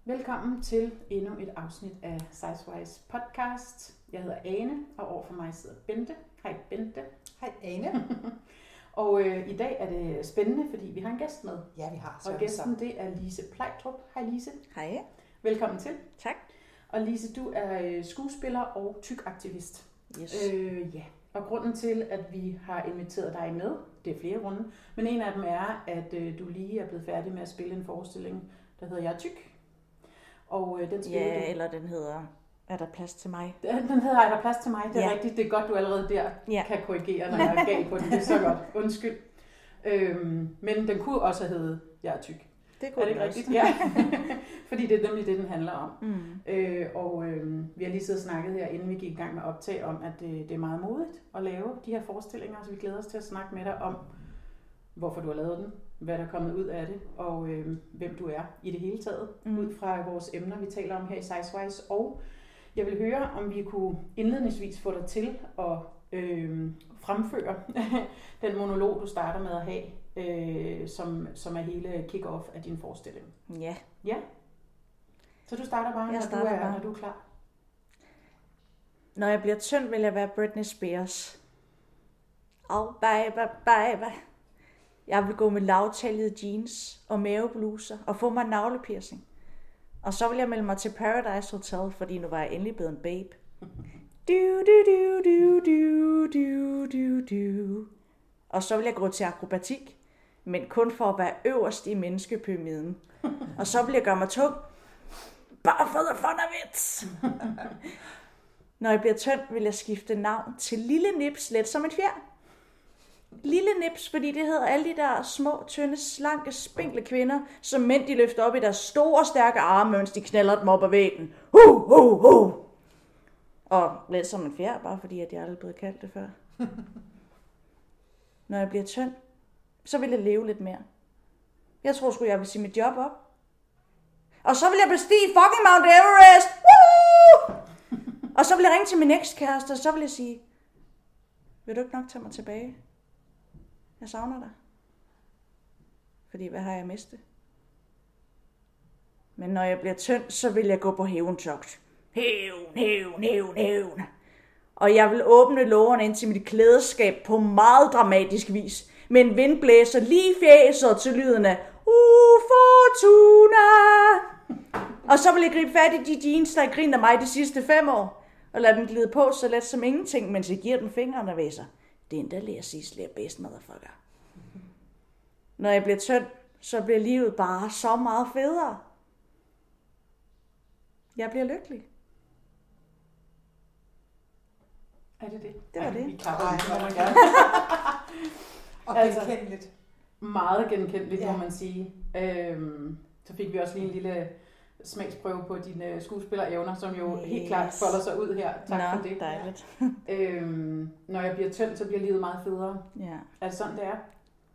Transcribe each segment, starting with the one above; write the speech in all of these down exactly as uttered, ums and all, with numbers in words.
Velkommen til endnu et afsnit af Sizewise podcast. Jeg hedder Ane, og overfor mig sidder Bente. Hej Bente. Hej Ane. Og øh, i dag er det spændende, fordi vi har en gæst med. Ja, vi har. Og gæsten det er Lise Plejtrup. Hej Lise. Hej. Velkommen til. Tak. Og Lise, du er skuespiller og tykaktivist. Yes. Øh, ja. Og grunden til, at vi har inviteret dig med, det er flere grunde, men en af dem er, at øh, du lige er blevet færdig med at spille en forestilling, der hedder Jeg er tyk. Og øh, den spiller Ja, du. eller den hedder Er der plads til mig? Den hedder Er der plads til mig? Det er Ja. rigtigt. Det er godt, du allerede der Ja. kan korrigere, når jeg er gal på den. Det er så godt. Undskyld. Øhm, men den kunne også have heddet Jeg er tyk. Det Er kunne det ikke den rigtigt? også. Ja. Fordi det er nemlig det, den handler om. Mm. Øh, og øh, vi har lige siddet og snakket her, inden vi gik i gang med at optage, om, at det, det er meget modigt at lave de her forestillinger. Så vi glæder os til at snakke med dig om, hvorfor du har lavet den, hvad der er kommet ud af det, og øh, hvem du er i det hele taget, Mm. ud fra vores emner, vi taler om her i Sizewise. Og jeg vil høre, om vi kunne indledningsvis få dig til at øh, fremføre den monolog, du starter med at have, øh, som, som er hele kick-off af din forestilling. Ja. Ja? Så du starter bare, Jeg når, starter du er, bare. når du er klar. Når jeg bliver tynd, vil jeg være Britney Spears. Oh, baby, baby. Jeg vil gå med lavtallede jeans og mavebluser og få mig en navlepiercing. Og så vil jeg melde mig til Paradise Hotel, fordi nu var jeg endelig blevet en babe. Du, du, du, du, du, du, du, du. Og så vil jeg gå til akrobatik, men kun for at være øverst i menneskepyramiden. Og så vil jeg gøre mig tung. Bare for the fun of it. Når jeg bliver tynd, vil jeg skifte navn til Lille Nips, let som en fjer. Lille Nips, fordi det hedder alle de der små, tynde, slanke, spinkle kvinder, som mænd de løfter op i deres store, stærke arme, mens de knalder dem op ad væggen. Hu, hu, hu. Og let som en fjer, bare fordi at jeg aldrig er blevet kaldt det før. Når jeg bliver tynd, så vil jeg leve lidt mere. Jeg tror sgu, jeg vil sige mit job op. Og så vil jeg bestige fucking Mount Everest. Woo! Og så vil jeg ringe til min ekskæreste, og så vil jeg sige, vil du ikke nok tage mig tilbage? Jeg savner dig. Fordi hvad har jeg mistet? Men når jeg bliver tynd, så vil jeg gå på hævntogt. Hævn, hævn, hævn, hævn. Og jeg vil åbne lågerne ind til mit klædeskab på meget dramatisk vis. Med en vindblæser lige i fjæset til lyden af Uh, Fortuna. Og så vil jeg gribe fat i de jeans, der har grinet af mig de sidste fem år. Og lade dem glide på så let som ingenting, mens jeg giver dem fingrene ved sig. Det er endda lærer sidst, lærer bedst, motherfucker. Når jeg bliver tynd, så bliver livet bare så meget federe. Jeg bliver lykkelig. Er det det? Det var det. Vi klapper, det må man gerne. Og Altså- genkendeligt. Meget genkendeligt, ja. Ja. Må man sige. Øhm, så fik vi også lige en lille smagsprøve på dine skuespillerevner, som jo yes. helt klart folder sig ud her. Tak Nå, for det. dejligt. Øhm, når jeg bliver tynd, så bliver livet meget federe. Ja. Er det sådan, det er?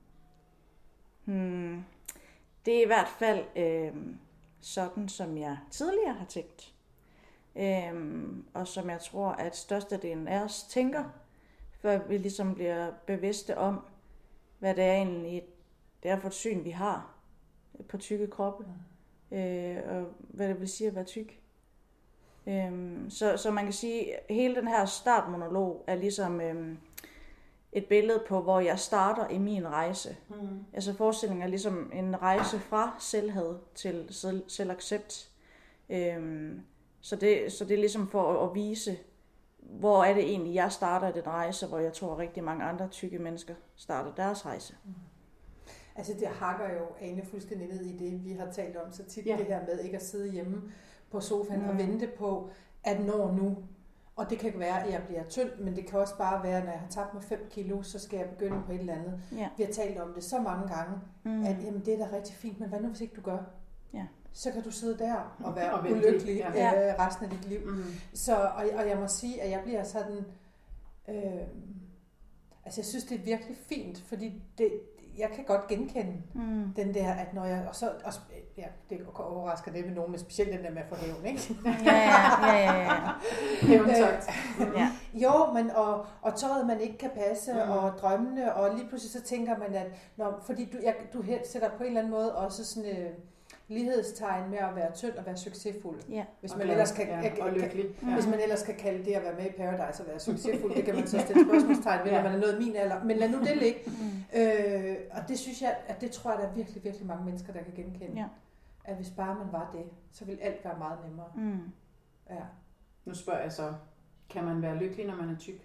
Hmm. Det er i hvert fald øh, sådan, som jeg tidligere har tænkt. Øh, og som jeg tror, at størstedelen af os tænker, før vi ligesom bliver bevidste om, hvad det er egentlig, det er for et syn, vi har på tykke kroppe. Øh, og hvad det vil sige at være tyk. Øh, så, så man kan sige, at hele den her startmonolog er ligesom øh, et billede på, hvor jeg starter i min rejse. Mm. Altså forestillingen er ligesom en rejse fra selvhad til selv, selvaccept. Øhm, så, det, så det er ligesom for at, at vise, hvor er det egentlig, jeg starter den rejse, hvor jeg tror, at rigtig mange andre tykke mennesker starter deres rejse. Altså det hakker jo Ane fuldstændig ned i det, vi har talt om så tit, Ja. ja. det her med ikke at sidde hjemme på sofaen Mm. og vente på, at når nu, og det kan være, at jeg bliver tynd, men det kan også bare være, når jeg har tabt mig fem kilo, så skal jeg begynde på et eller andet. Ja. Vi har talt om det så mange gange, Mm. at jamen, det er da rigtig fint, men hvad nu hvis ikke du gør? Ja. Så kan du sidde der og være Og og vente. ulykkelig Ja. øh, resten af dit liv. Mm. Så, og, og jeg må sige, at jeg bliver sådan, øh, altså jeg synes, det er virkelig fint, fordi det, jeg kan godt genkende Mm. den der, at når jeg, og så, og, ja, det overrasker det med nogen, men specielt den der med at få hævn, ikke? Ja, ja, ja, ja, ja. Hævntogt. ja. Jo, men og, og tøjet, man ikke kan passe, Mm. mm. og drømmene, og lige pludselig så tænker man, at når, fordi du, jeg, du helt sætter på en eller anden måde også sådan, øh, lighedstegn med at være tynd og være succesfuld. Ja. Hvis Og man glad, ellers kan, ja, kan, og kan, lykkelig. kan Ja. hvis man ellers kan kalde det at være med i Paradise og være succesfuld, det kan man så stille spørgsmålstegn ved, Ja. når man er nået min alder. Men lad nu det ligge. Mm. Øh, og det synes jeg, at det tror jeg, der er virkelig, virkelig mange mennesker, der kan genkende. Ja. At hvis bare man var det, så ville alt være meget nemmere. Mm. Ja. Nu spørger jeg så, kan man være lykkelig, når man er tyk?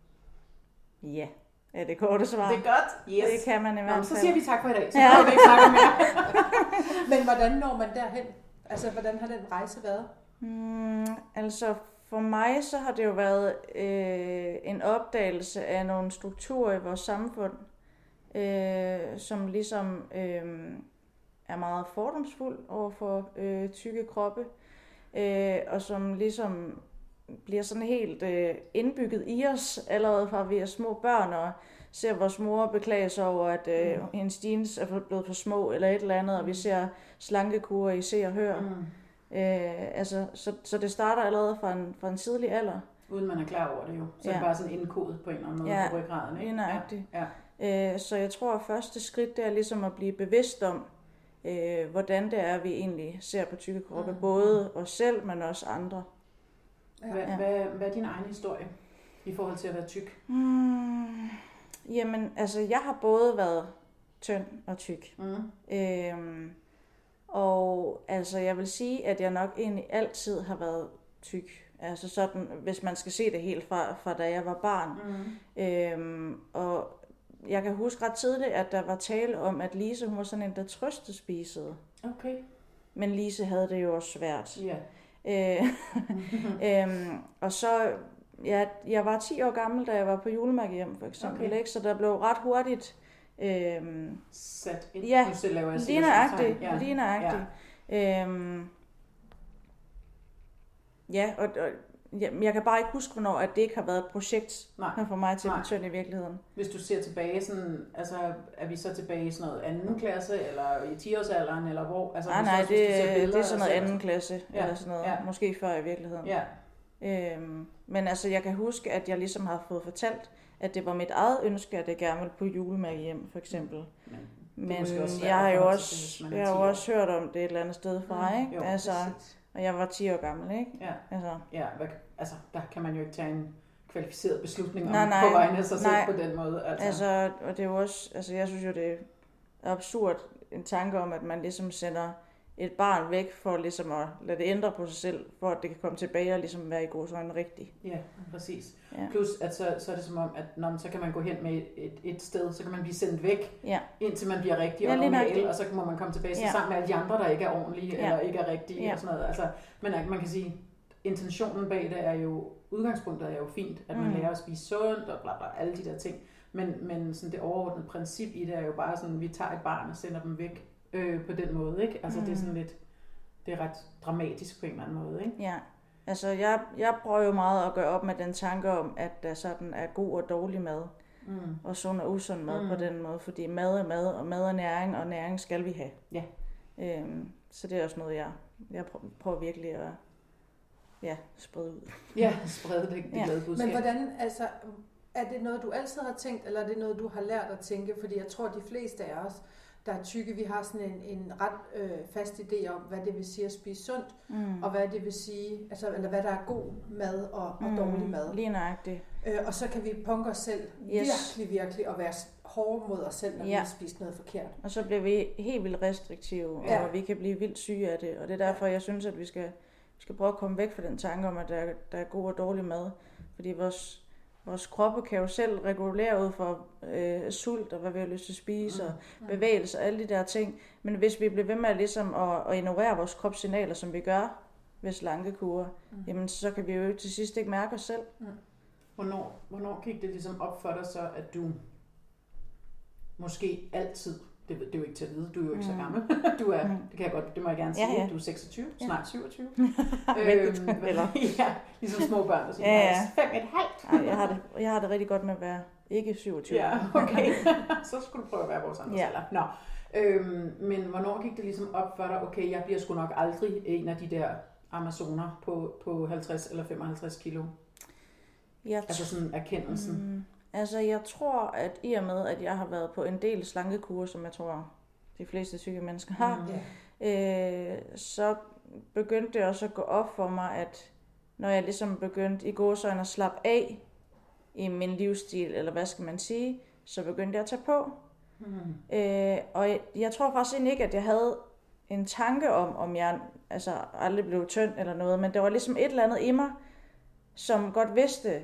Ja, er det korte svar. Det er godt. Yes. Det kan man i Nå, hvert fald. så siger vi tak for i dag. Så Ja. ja. vi ikke snakke mere. Men hvordan når man derhen? Altså, hvordan har den rejse været? Mm, altså for mig så har det jo været øh, en opdagelse af nogle strukturer i vores samfund, øh, som ligesom øh, er meget fordomsfuld over for øh, tykke kroppe, øh, og som ligesom bliver sådan helt øh, indbygget i os, allerede fra vi er små børn, og ser vores mor beklage sig over, at øh, mm. hendes jeans er blevet for små, eller et eller andet, og vi ser slankekurer i Se og Hør. Mm. Øh, altså, så, så det starter allerede fra en, fra en tidlig alder. Uden man er klar over det jo. Så ja. er det bare sådan indkodet på en eller anden måde Ja, på ryggraden, ikke? nøjagtigt. Ja. Ja. Øh, så jeg tror, at første skridt det er ligesom at blive bevidst om, øh, hvordan det er, vi egentlig ser på tykke kroppe. Mm. Både os selv, men også andre. Hvad, ja. hvad, hvad er din egen historie i forhold til at være tyk? Mm, jamen, altså jeg har både været tynd og tyk. Mm. Øhm, og altså jeg vil sige, at jeg nok egentlig altid har været tyk. Altså sådan, hvis man skal se det helt fra, fra da jeg var barn. Mm. Øhm, og jeg kan huske ret tidligt, at der var tale om, at Lise, hun var sådan en, der trøstespisede. Okay. Men Lise havde det jo også svært. Ja. Øh, øhm, og så, ja, jeg var ti år gammel, da jeg var på julemærke hjem, for eksempel. Okay. Ikke? Så der blev ret hurtigt øhm, sat ind. Ja, nu selv laver jeg lige nøjagtigt. Ja. Lige nøjagtigt. Ja. Øhm, ja, og, og ja, jeg kan bare ikke huske, hvornår at det ikke har været et projekt Nej. for mig til Nej. at blive tynd i virkeligheden. Hvis du ser tilbage, sådan, altså, er vi så tilbage i sådan noget anden klasse, eller i ti-årsalderen, eller hvor? Altså, nej, nej, det, det er sådan noget anden klasse, ja. eller sådan noget. Ja. Måske før i virkeligheden. Ja. Øhm, men altså, jeg kan huske, at jeg ligesom har fået fortalt, at det var mit eget ønske, at jeg gerne ville på julemærke hjem, for eksempel. Men, men jeg har jo også, jeg har jo også hørt om det et eller andet sted fra, mm, ikke? Jo, altså, og jeg var ti år gammel, ikke? Ja, altså. ja hvad, altså, der kan man jo ikke tage en kvalificeret beslutning om nej, nej, på vegne af sig selv nej. på den måde. Altså. altså, og det er jo også, altså jeg synes jo, det er absurd en tanke om, at man ligesom sender et barn væk for ligesom at lade det ændre på sig selv, for at det kan komme tilbage og ligesom være i god sådan rigtig. Ja, præcis. Ja. Plus, at så, så er det som om, at når man, så kan man gå hen med et, et, et sted, så kan man blive sendt væk, ja. indtil man bliver rigtig ja, og normal, nok. og så må man komme tilbage ja. sammen med alle de andre, der ikke er ordentlige, ja. eller ikke er rigtige, ja. og sådan noget. Altså, men man kan sige, intentionen bag det er jo, udgangspunktet er jo fint, at man mm. lærer at spise sundt, og bla bla, alle de der ting. Men, men sådan det overordnede princip i det er jo bare sådan, at vi tager et barn og sender dem væk øh, på den måde, ikke? Altså mm. det er sådan lidt, det er ret dramatisk på en eller anden måde, ikke? Ja, altså jeg, jeg prøver jo meget at gøre op med den tanke om, at der sådan er god og dårlig mad, mm. og sund og usund mad mm. på den måde, fordi mad er mad, og mad er næring, og næring skal vi have. Ja. Øhm, så det er også noget, jeg, jeg prøver virkelig at ja, sprede ud. Ja, sprede det, det ja. glade budskab. Men hvordan, altså, er det noget, du altid har tænkt, eller er det noget, du har lært at tænke? Fordi jeg tror, de fleste af os, der er tykke, vi har sådan en, en ret øh, fast idé om, hvad det vil sige at spise sundt, mm. og hvad det vil sige, altså, eller hvad der er god mad og, og mm. dårlig mad. Lige nøjagtigt. Øh, og så kan vi punke os selv yes. virkelig, virkelig, og være hårde mod os selv, når ja. vi har spist noget forkert. Og så bliver vi helt vildt restriktive, ja. og vi kan blive vildt syge af det. Og det er derfor, jeg synes, at vi skal, vi skal prøve at komme væk fra den tanke om, at der, der er god og dårlig mad. Fordi vores Vores kroppe kan jo selv regulere ud for øh, sult og hvad vi har lyst til at spise mm. og bevægelse og alle de der ting. Men hvis vi bliver ved med ligesom at, at ignorere vores kropssignaler, som vi gør ved slankekurer, mm. jamen så kan vi jo til sidst ikke mærke os selv. Mm. Hvornår, hvornår gik det ligesom op for dig så, at du måske altid, det, det er jo ikke til at vide, du er jo ikke mm. så gammel, du er, mm. det kan jeg godt, det må jeg gerne sige, ja, ja. Du er seksogtyve, ja. Snart syvogtyve. øhm, Eller? Ja, ligesom små børn, der siger, ja, ja. fem et halvt. Ej, jeg, har det, jeg har det rigtig godt med at være ikke syvogtyve. Ja, okay. Så skulle du prøve at være vores andre ja. alder. Nå. Øhm, men hvornår gik det ligesom op for dig, okay, jeg bliver sgu nok aldrig en af de der amazoner på, på halvtreds eller femoghalvtreds kilo? Jeg t- altså sådan erkendelsen. Mm. Altså, jeg tror, at i og med, at jeg har været på en del slankekurer, som jeg tror, de fleste tykke mennesker har, øh, så begyndte det også at gå op for mig, at når jeg ligesom begyndte i gåseøjne at slappe af i min livsstil, eller hvad skal man sige, så begyndte jeg at tage på. Mm. Øh, og jeg, jeg tror faktisk egentlig ikke, at jeg havde en tanke om, om jeg altså, aldrig blev tynd eller noget, men der var ligesom et eller andet i mig, som godt vidste,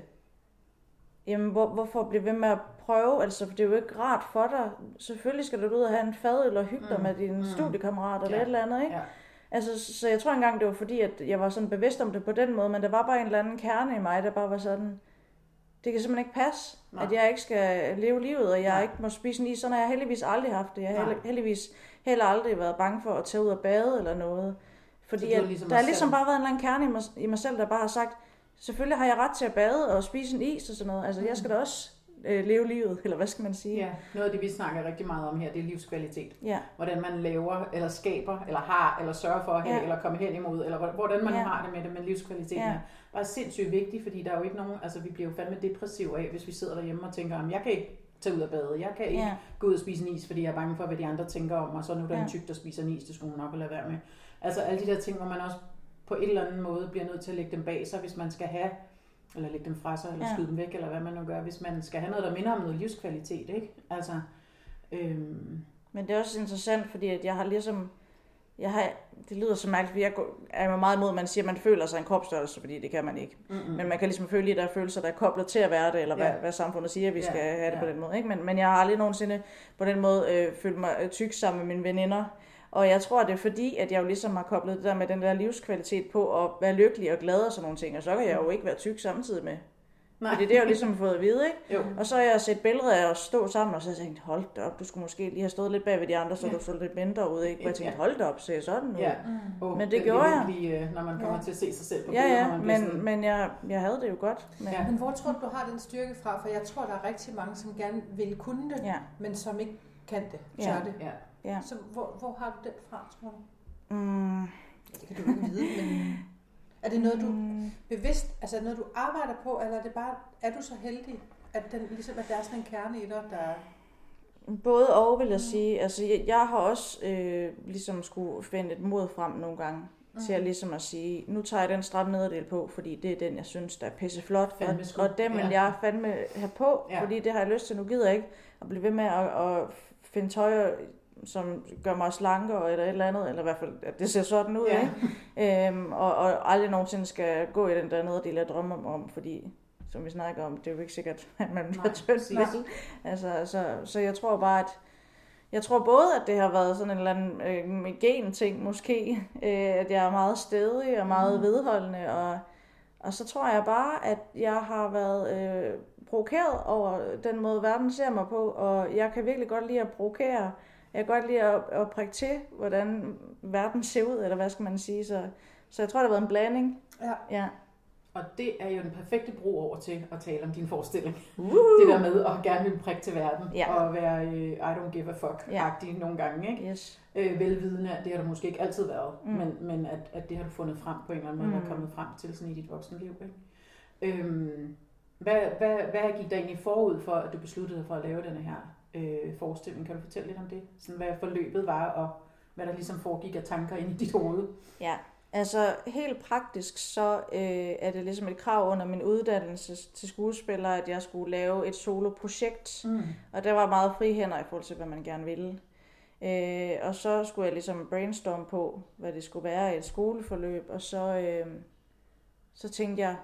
jamen hvor, hvorfor blive ved med at prøve, altså for det er jo ikke rart for dig. Selvfølgelig skal du ud og have en fad eller hygge dig mm. med din mm. studiekammerat eller ja. et eller andet, ikke? Ja. Altså, så jeg tror engang, det var fordi, at jeg var sådan bevidst om det på den måde, men der var bare en eller anden kerne i mig, der bare var sådan, det kan simpelthen ikke passe, Nej. at jeg ikke skal leve livet, og jeg Nej. ikke må spise en is. Sådan har jeg heldigvis aldrig haft det. Jeg har heldigvis heller aldrig været bange for at tage ud og bade eller noget. Fordi at, ligesom der har ligesom bare været en eller anden kerne i mig, i mig selv, der bare har sagt, selvfølgelig har jeg ret til at bade og spise en is og sådan noget. Altså, mm. jeg skal da også øh, leve livet, eller hvad skal man sige? Ja, noget af det, vi snakker rigtig meget om her, det er livskvalitet. Ja. Hvordan man laver, eller skaber, eller har, eller sørger for at have, ja. eller komme hen imod, eller hvordan man ja. har det med det med livskvaliteten. Ja. Bare sindssygt vigtigt, fordi der er jo ikke nogen, altså vi bliver jo fandme depressive af, hvis vi sidder derhjemme og tænker, jeg kan ikke tage ud og bade, jeg kan ikke ja. gå ud og spise en is, fordi jeg er bange for, hvad de andre tænker om mig, så nu er der ja. en tyk, der spiser en is, det skulle hun nok lade være med. Altså alle de der ting, hvor man også på en eller anden måde bliver nødt til at lægge dem bag sig, hvis man skal have, eller lægge dem fra sig, eller ja. skyde dem væk, eller hvad man nu gør, hvis man skal have noget, der minder om noget livskvalitet, ikke? Altså, øhm... Men det er også interessant, fordi at jeg har ligesom, jeg har, det lyder så mærkeligt, fordi jeg er meget imod, at man siger, at man føler sig en kropsstørrelse, fordi det kan man ikke. Mm-hmm. Men man kan ligesom føle, at der er følelser, der er koblet til at være det, eller ja. hvad, hvad samfundet siger, at vi ja. skal have det ja. på den måde. Ikke? Men, men jeg har aldrig nogensinde på den måde øh, følt mig tyk sammen med mine veninder. Og jeg tror, det er fordi, at jeg jo ligesom har koblet det der med den der livskvalitet på at være lykkelig og glad og sådan nogle ting. Og så kan jeg jo ikke være tyk samtidig med. Nej. Fordi det har jeg jo ligesom fået at vide, ikke? Jo. Og så har jeg set billeder af at stå sammen, og så har jeg tænkt, hold da op, du skulle måske lige have stået lidt bag ved de andre, så ja. du så lidt mindre ud, ikke? Og jeg tænkte, hold da op, ser jeg sådan ud? Ja. Mm. Oh, men det gjorde jeg. Lige, når man kommer ja. til at se sig selv på ja, billeder, ja, men, sådan... men jeg, jeg havde det jo godt. Men... Ja. men hvor tror du, du har den styrke fra? For jeg tror, der er rigtig mange, som gerne vil kunne det, ja. men som ikke kan det, tør ja. det. Ja. Ja. Så hvor, hvor har du den fra, tror du? Mm. Det kan du ikke vide, men... Er det noget, du bevidst, altså er det noget, du arbejder på, eller er det bare, er du så heldig, at, den, ligesom, at der er sådan en kerne i dig, der... Både og, vil jeg sige. Altså, jeg, jeg har også øh, ligesom skulle finde et mod frem nogle gange, mm. til at ligesom at sige, nu tager jeg den stramme nederdel på, fordi det er den, jeg synes, der er pisseflot, og, og dem vil ja. jeg fandme have på, ja. fordi det har jeg lyst til. Nu gider jeg ikke at blive ved med at, at finde tøj, som gør mig slankere eller et eller andet, eller i hvert fald, at det ser sådan ud, ja. ikke? Øhm, og, og aldrig nogensinde skal gå i den der nederdel, jeg drømmer om, fordi, som vi snakker om, det er jo ikke sikkert, at man bliver tynd. Altså, så, så jeg tror bare, at jeg tror både, at det har været sådan en eller anden øh, gen-ting måske, øh, at jeg er meget stædig og meget mm. vedholdende, og, og så tror jeg bare, at jeg har været øh, provokeret over den måde, verden ser mig på, og jeg kan virkelig godt lide at provokere. Jeg kan godt lide at, at prikke til, hvordan verden ser ud, eller hvad skal man sige. Så, så jeg tror, det har været en blanding. Ja. ja. Og det er jo den perfekte bro over til at tale om din forestilling. Uh-huh. Det der med at gerne vil prikke til verden, ja. og være uh, I don't give a fuck-agtig ja. nogle gange. Ikke? Yes. Øh, velvidende, at det har du måske ikke altid været, mm. men, men at, at det har du fundet frem på en eller anden måde, mm. og er kommet frem til sådan i dit voksenliv. Ikke? Øhm, hvad, hvad, hvad gik der egentlig forud for, at du besluttede dig for at lave denne her Øh, forestilling? Kan du fortælle lidt om det? Sådan, hvad forløbet var, og hvad der ligesom foregik af tanker ind i dit hoved? Ja, altså helt praktisk, så øh, er det ligesom et krav under min uddannelse til skuespiller, at jeg skulle lave et soloprojekt, mm. og der var meget fri hænder i forhold til, hvad man gerne ville. Øh, og så skulle jeg ligesom brainstorme på, hvad det skulle være i et skoleforløb, og så, øh, så tænkte jeg,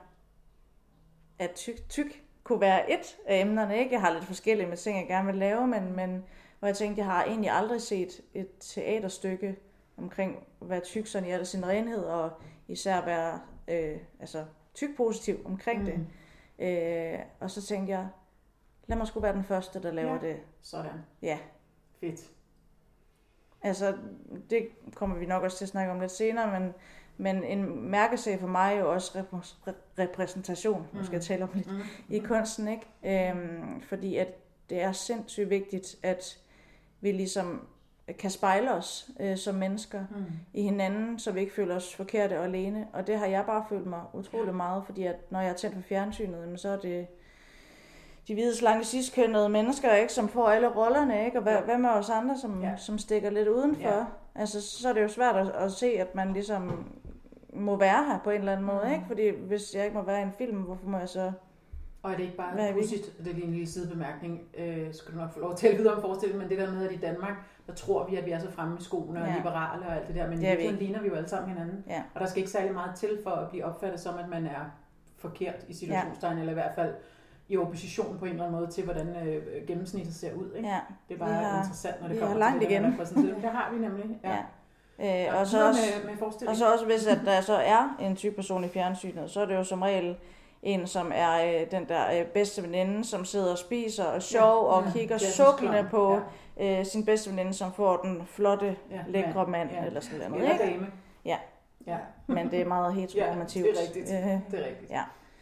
at tyk, tyk kunne være et af emnerne, ikke? Jeg har lidt forskellige med ting, jeg gerne vil lave, men, men hvor jeg tænkte, jeg har egentlig aldrig set et teaterstykke omkring at være tyk sådan i al sin renhed, og især være øh, altså, tyk-positiv omkring mm. det. Øh, og så tænkte jeg, lad mig sgu være den første, der laver ja. det. Sådan. Ja. Fedt. Altså, det kommer vi nok også til at snakke om lidt senere, men Men en mærkesag for mig er jo også repr- repræsentation, nu skal jeg tale om lidt, mm. i kunsten, ikke? Øhm, fordi at det er sindssygt vigtigt, at vi ligesom kan spejle os øh, som mennesker mm. i hinanden, så vi ikke føler os forkerte og alene. Og det har jeg bare følt mig utrolig meget, fordi at når jeg er tændt på fjernsynet, så er det de hvide, slanke, cis-kønnede mennesker, ikke, som får alle rollerne, ikke? Og hvad, hvad med os andre, som, ja. som stikker lidt udenfor? Altså, så er det jo svært at, at se, at man ligesom må være her på en eller anden måde, Mm. ikke? Fordi hvis jeg ikke må være i en film, hvorfor må jeg så... Og er det ikke Hvad bare er vi? pudsigt, det er lige en lille sidebemærkning, øh, skal du nok få lov at tale videre om forestillingen, men det der med, at i Danmark, der tror vi, at vi er så fremme i skoene og Ja. liberale og alt det der, men i Det er vi virkeligheden ligner vi jo alle sammen hinanden. Ja. Og der skal ikke særlig meget til for at blive opfattet som, at man er forkert i situationstegn, ja. eller i hvert fald i opposition på en eller anden måde til, hvordan øh, gennemsnittet ser ud. Ikke? Ja. Det er bare har- interessant, når det vi kommer har langt til det, igen. der repræsenterer. Det har vi nemlig. Ja. Ja. Ja. Øh, og, så Videre også, med, med forestillingen. og så også, hvis at der så er en type person i fjernsynet, så er det jo som regel en, som er øh, den der øh, bedste veninde, som sidder og spiser og er sjov Ja. og Ja. kigger Jazzens sukkende klovn. på øh, sin bedste veninde, som får den flotte, Ja. lækre mand Ja. eller sådan noget. Eller Ikke? dame. Ja. Ja. Men det er meget Ja, heteronormativt. det er rigtigt. Øh, Det er rigtigt. Ja.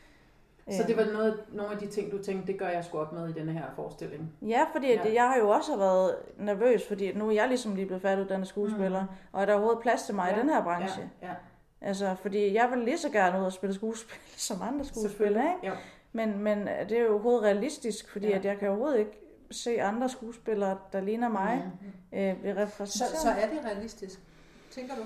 Så det var noget, nogle af de ting, du tænkte, det gør jeg sgu op med i denne her forestilling. Ja, fordi Ja. ja. jeg har jo også været nervøs, fordi nu er jeg ligesom lige blevet færdiguddannet skuespiller, mm. og er der overhovedet plads til mig Ja. i den her branche? Ja, ja. Altså, fordi jeg vil lige så gerne ud og spille skuespil som andre skuespillere, ikke? Ja. Men, men det er jo overhovedet realistisk, fordi Ja. at jeg kan overhovedet ikke se andre skuespillere, der ligner mig, Mm. øh, blive Så, repræsenteret. så er det realistisk, tænker du?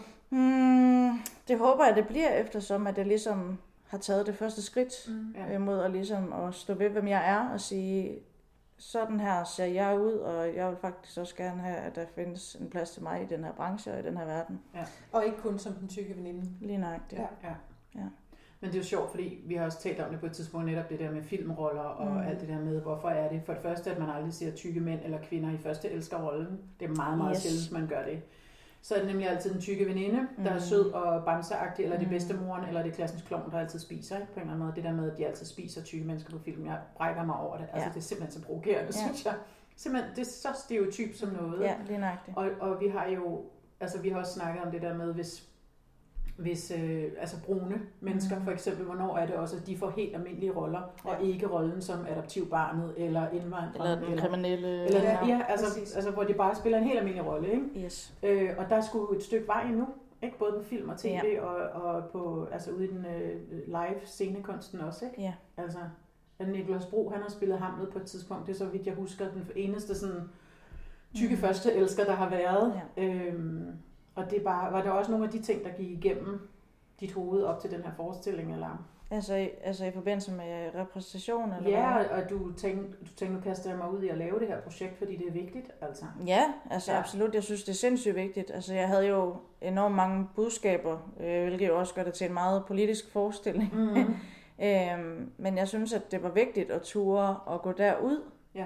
Hmm, det håber jeg, det bliver, eftersom at jeg ligesom har taget det første skridt Mm. Ja. øh, mod at, ligesom at stå ved, hvem jeg er, og sige, sådan her ser jeg ud, og jeg vil faktisk også gerne have, at der findes en plads til mig i den her branche og i den her verden. Og ikke kun som den tykke veninde. Lige nøjagtigt. Ja. Ja. Ja. Men det er jo sjovt, fordi vi har også talt om det på et tidspunkt, netop det der med filmroller og Mm. alt det der med, hvorfor er det for det første, at man aldrig ser tykke mænd eller kvinder i første elskerrollen. Det er meget, meget Yes. sjældent, man gør det. Så er det nemlig altid den tykke veninde, der er Mm. sød og bamseagtig, eller det Mm. bedstemoren, eller det klassens klovn, der altid spiser. Ikke? På en eller anden måde. Det der med, at de altid spiser tykke mennesker på film. Jeg brækker mig over det. Altså, Ja. det er simpelthen så provokerende, Ja. synes jeg. Simpelthen, det er så stereotyp som noget. Ja, lige nøjagtigt. Og, og vi har jo, altså vi har også snakket om det der med, hvis, hvis øh, altså brune mennesker Mhm. for eksempel, hvornår er det også, at de får helt almindelige roller, og Ja. ikke rollen som adoptivbarnet, eller indvandreren, Eller den kriminelle... eller, Ja, ja, altså, præcis. altså, hvor de bare spiller en helt almindelig rolle, ikke? Yes. Øh, og der skulle et stykke vej endnu, ikke? Både på film og tv, Ja. og, og på, altså ude i den øh, live scenekunsten også, ikke? Ja. Altså, at Nicolas Bro, han har spillet Hamlet på et tidspunkt, det er så vidt jeg husker, den eneste sådan tykke Mhm. første elsker, der har været. Ja. Øhm, og det er bare, var der også nogle af de ting, der gik igennem dit hoved op til den her forestilling, eller? Altså, i- altså i forbindelse med repræsentation, eller Ja, hvad? og du tænkte, du tænkte, nu kaster jeg mig ud i at lave det her projekt, fordi det er vigtigt, altså. Ja, altså Ja. ja. absolut. Jeg synes, det er sindssygt vigtigt. Altså, jeg havde jo enormt mange budskaber, øh, hvilket jo også gør det til en meget politisk forestilling. Mm-hmm. øhm, men jeg synes, at det var vigtigt at ture og gå derud, Ja.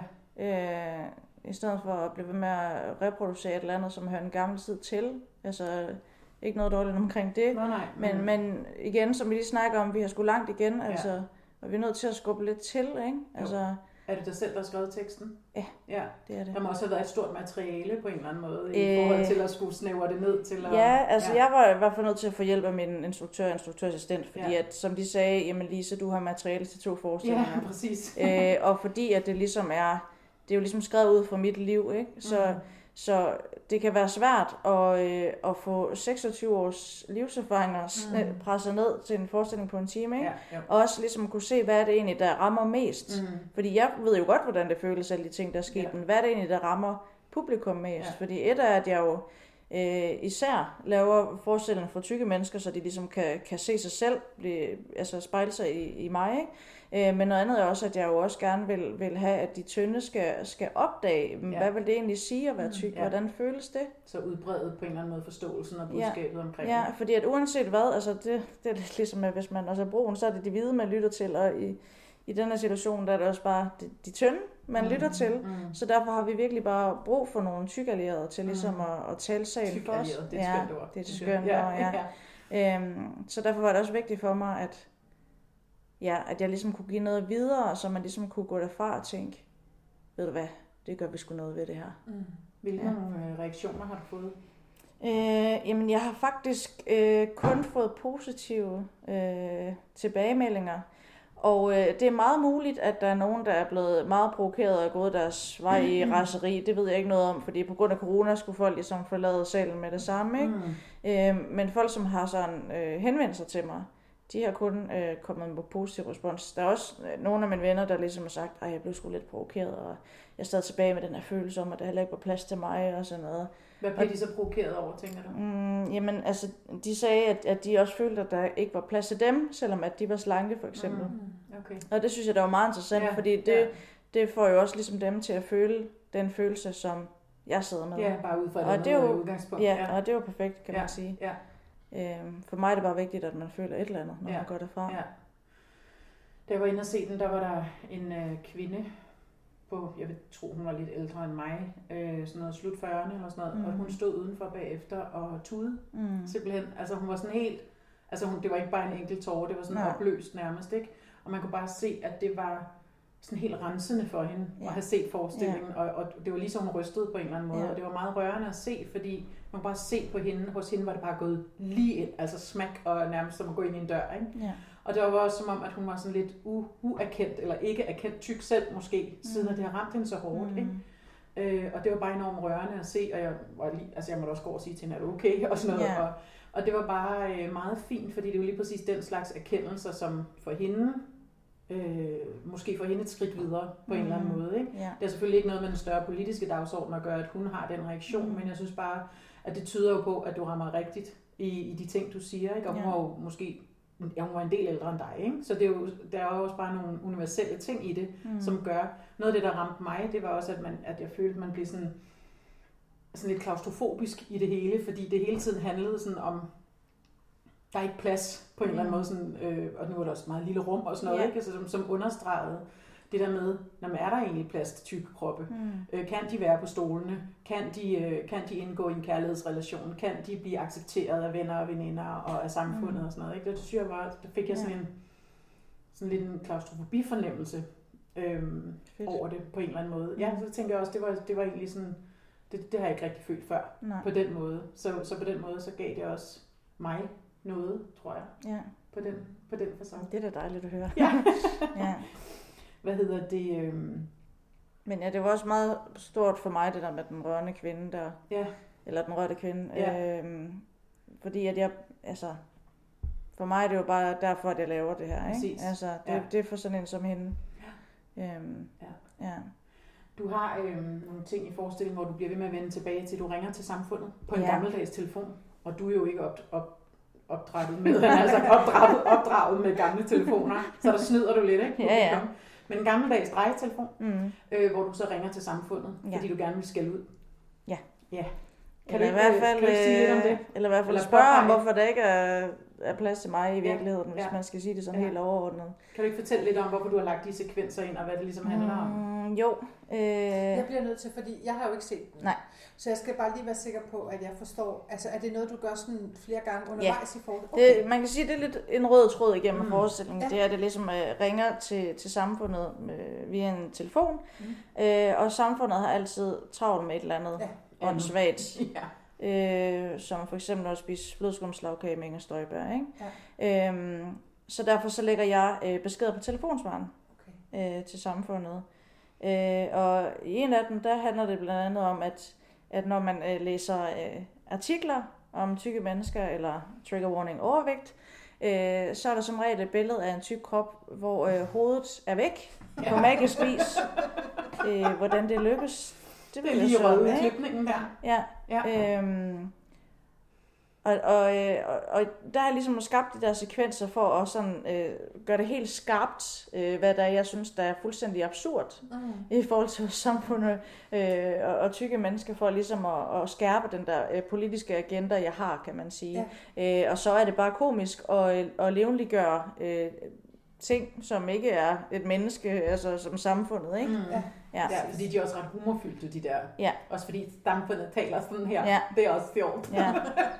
øh, i stedet for at blive ved med at reproducere et eller andet, som hører en gammel tid til. Altså, ikke noget dårligt omkring det. Nå, nej. Men, mm. men igen, som vi lige snakker om, vi har sgu langt igen, Ja. altså, og vi er nødt til at skubbe lidt til, ikke? Altså, Er det dig selv, der har skrevet teksten? Ja. Ja. det er det. Der må også have været et stort materiale på en eller anden måde, Øh. i forhold til at skulle snævre det ned til at... Ja, altså ja. jeg var i hvert fald nødt til at få hjælp af min instruktør og instruktørassistent, fordi Ja. at, som de sagde, jamen Lise, du har materiale til to forestillinger. Ja, præcis. øh, og fordi at det ligesom er, det er jo ligesom skrevet ud fra mit liv, ikke? Så, Mm. så det kan være svært at, øh, at få seksogtyve års livserfaringer Mm. mm. presset ned til en forestilling på en time, ikke? Ja, ja. Og også ligesom kunne se, hvad er det egentlig, der rammer mest. Mm. Fordi jeg ved jo godt, hvordan det føles, alle de ting, der er sket, Ja. men hvad er det egentlig, der rammer publikum mest? Ja. Fordi et er, at jeg jo øh, især laver forestillinger for tykke mennesker, så de ligesom kan, kan se sig selv, blive, altså spejle sig i, i mig, ikke? Øh, men noget andet er også, at jeg jo også gerne vil, vil have, at de tynde skal, skal opdage, Ja. ja. hvad vil det egentlig sige at være tyk? Ja. Hvordan føles det? Så udbredet på en eller anden måde forståelsen og budskabet omkring Ja, det. fordi at uanset hvad, altså det, det er lidt ligesom, at hvis man også er brun, så er det de hvide, man lytter til, og i, i den her situation, der er det også bare de, de tynde, man Mm. lytter til. Mm. Så derfor har vi virkelig bare brug for nogle tyk-allierede til ligesom Mm. at, at tale sagen for os. Tyk-allieret, det er et ja, skønt ord. det er et synes skønt jeg. ord, ja. ja. Øhm, så derfor var det også vigtigt for mig, at, ja, at jeg ligesom kunne give noget videre, så man ligesom kunne gå derfra og tænke, ved du hvad, det gør vi sgu noget ved det her. Mm. Hvilke Ja. ja. reaktioner har du fået? Øh, jamen, jeg har faktisk øh, kun fået positive øh, tilbagemeldinger. Og øh, det er meget muligt, at der er nogen, der er blevet meget provokeret og gået deres vej i raseri. Det ved jeg ikke noget om, fordi på grund af corona skulle folk ligesom forlade salen med det samme. Ikke? Mm. Øh, men folk, som har sådan øh, henvendt sig til mig, de har kun øh, kommet med positiv respons. Der er også øh, nogle af mine venner, der ligesom har sagt, at jeg blev sgu lidt provokeret, og jeg er stadig tilbage med den her følelse om, at der heller ikke var plads til mig og sådan noget. Hvad blev de så provokeret over, tænker du? Mm, jamen, altså, de sagde, at, at de også følte, at der ikke var plads til dem, selvom at de var slanke, for eksempel. Mm, okay. Og det synes jeg, der var meget interessant, ja, fordi det, ja. det får jo også ligesom dem til at føle den følelse, som jeg sidder med. Ja, bare ud fra et og andet det er jo, udgangspunkt. Ja, ja, og det var perfekt, kan ja, man sige. Ja. Øhm, for mig er det bare vigtigt, at man føler et eller andet, når ja. man går derfra. Ja. Da jeg var inde og se den, der var der en øh, kvinde på, jeg vil tro, hun var lidt ældre end mig, øh, sådan noget slut fyrrerne eller sådan noget, mm. og hun stod udenfor bagefter og tudede, mm. simpelthen. Altså hun var sådan helt, altså hun, det var ikke bare en enkelt tåre, det var sådan Nej. opløst nærmest, ikke? Og man kunne bare se, at det var sådan helt rensende for hende ja. at have set forestillingen, ja. og, og det var ligesom hun rystede på en eller anden måde, ja. og det var meget rørende at se, fordi man kunne bare se på hende, hos hende var det bare gået lige ind, altså smæk og nærmest som at gå ind i en dør, ikke? Ja. Og det var også som om, at hun var sådan lidt u- uerkendt, eller ikke erkendt tyk selv måske, mm. siden at det har ramt hende så hårdt, mm. ikke? Øh, og det var bare enormt rørende at se, og jeg var lige, altså jeg måtte også gå og sige til hende, er du okay? Og sådan noget, yeah. og, og det var bare øh, meget fint, fordi det er jo lige præcis den slags erkendelser, som for hende, øh, måske for hende et skridt videre på mm. en eller anden måde, ikke? Yeah. Det er selvfølgelig ikke noget med den større politiske dagsorden at gøre, at hun har den reaktion, mm. men jeg synes bare, at det tyder jo på, at du rammer rigtigt i, i de ting, du siger, ikke? Og hun yeah. var jo måske ja, hun var en del ældre end dig, ikke? Så det er jo, der er jo også bare nogle universelle ting i det, mm. som gør. Noget af det, der ramte mig, det var også, at, man, at jeg følte, at man blev sådan, sådan lidt klaustrofobisk i det hele, fordi det hele tiden handlede sådan om, der er ikke plads på en mm. eller anden måde, sådan, øh, og nu er der også meget lille rum og sådan noget, yeah. ikke? Altså, som, som understregede det der med, når man er der egentlig plads til tykke kroppe? Mm. Øh, kan de være på stolene? Kan de, øh, kan de indgå i en kærlighedsrelation? Kan de blive accepteret af venner og veninder og af samfundet mm. og sådan noget? Ikke? Det synes jeg var, der fik jeg sådan, ja. en, sådan lidt en klaustrofobi-fornemmelse øhm, over det på en eller anden måde. Mm. Ja, så tænker jeg også, det var, det var egentlig sådan, det, det har jeg ikke rigtig følt før. Nej. På den måde. Så, så på den måde, så gav det også mig noget, tror jeg. Ja. På den, på den facon. Det er da dejligt at høre. Ja. ja. Hvad hedder det? Øhm... Men ja, det var også meget stort for mig, det der med den rørende kvinde der. Ja. Eller den rørte kvinde. Ja. Øhm, fordi at jeg, altså, for mig er det jo bare derfor, at jeg laver det her, ikke? Præcis. Altså, det, ja. det er for sådan en som hende. Ja. Øhm, ja. ja. Du har øhm, nogle ting i forestillingen, hvor du bliver ved med at vende tilbage til, du ringer til samfundet på en ja. gammeldags telefon, og du er jo ikke op, op, opdraget med, altså opdraget, opdraget med gamle telefoner, så der snyder du lidt, ikke? Ja, ja. Men en gammeldags drejetelefon, mm. øh, hvor du så ringer til samfundet, ja. fordi du gerne vil skælde ud. Ja. Ja. Kan eller, du, i hvert fald, kan du sige lidt om det? Eller i hvert fald spørge om, hvorfor der ikke er, er plads til mig i virkeligheden, ja. hvis ja. man skal sige det sådan ja. helt overordnet. Kan du ikke fortælle lidt om, hvorfor du har lagt de sekvenser ind, og hvad det ligesom handler om? Mm, jo. Øh... Jeg bliver nødt til, fordi jeg har jo ikke set den. Nej. Så jeg skal bare lige være sikker på, at jeg forstår, altså er det noget, du gør sådan flere gange undervejs ja. i forhold? Okay. Det, man kan sige, det er lidt en rød tråd igennem mm. forestillingen. Ja. Det er, at det ligesom uh, ringer til, til samfundet uh, via en telefon, mm. uh, og samfundet har altid travlt med et eller andet ja. åndssvagt. Ja. Øh, som for eksempel at spise flødeskumslagkage med Inger Støjberg, ikke? Ja. Øhm, så derfor så lægger jeg øh, beskeder på telefonsvaren okay. øh, til samfundet. Øh, og i en af dem, der handler det blandt andet om, at, at når man øh, læser øh, artikler om tykke mennesker eller trigger warning overvægt, øh, så er der som regel et billede af en tyk krop, hvor øh, hovedet er væk ja. på magisk vis. øh, hvordan det lykkes. Det er lige røde klipningen der. Ja. ja. Øhm, og, og, og, og der har jeg ligesom skabt de der sekvenser for at sådan, øh, gøre det helt skarpt, øh, hvad der jeg synes, der er fuldstændig absurd mm. i forhold til samfundet øh, og, og tykke mennesker, for ligesom at, at skærpe den der øh, politiske agenda, jeg har, kan man sige. Ja. Øh, og så er det bare komisk at, at levendeliggøre øh, ting, som ikke er et menneske, altså som samfundet, ikke? Mm. Ja. Ja. ja, fordi de er også ret humorfyldte, de der. Ja. Også fordi samfundet taler sådan her. Ja. Det er også fjort. Ja.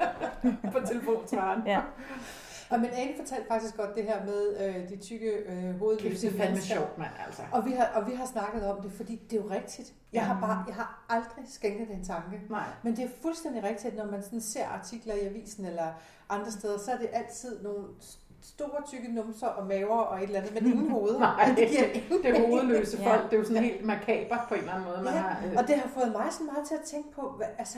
På telefonsvaren. Ja. Og men Ane fortalte faktisk godt det her med øh, de tykke øh, hovedløse mennesker. Det er fandme sjovt, mand, altså. Og vi, har, og vi har snakket om det, fordi det er jo rigtigt. Jeg har bare, jeg har aldrig skænket den tanke. Nej. Men det er fuldstændig rigtigt, når man sådan ser artikler i avisen eller andre steder, så er det altid nogle store tykke numser og maver og et eller andet, men ingen hoved. Nej, det, det er hovedløse folk. Ja. Det er jo sådan helt makaber på en eller anden måde. Man ja, har, øh... og det har fået mig så meget til at tænke på, hvad, altså,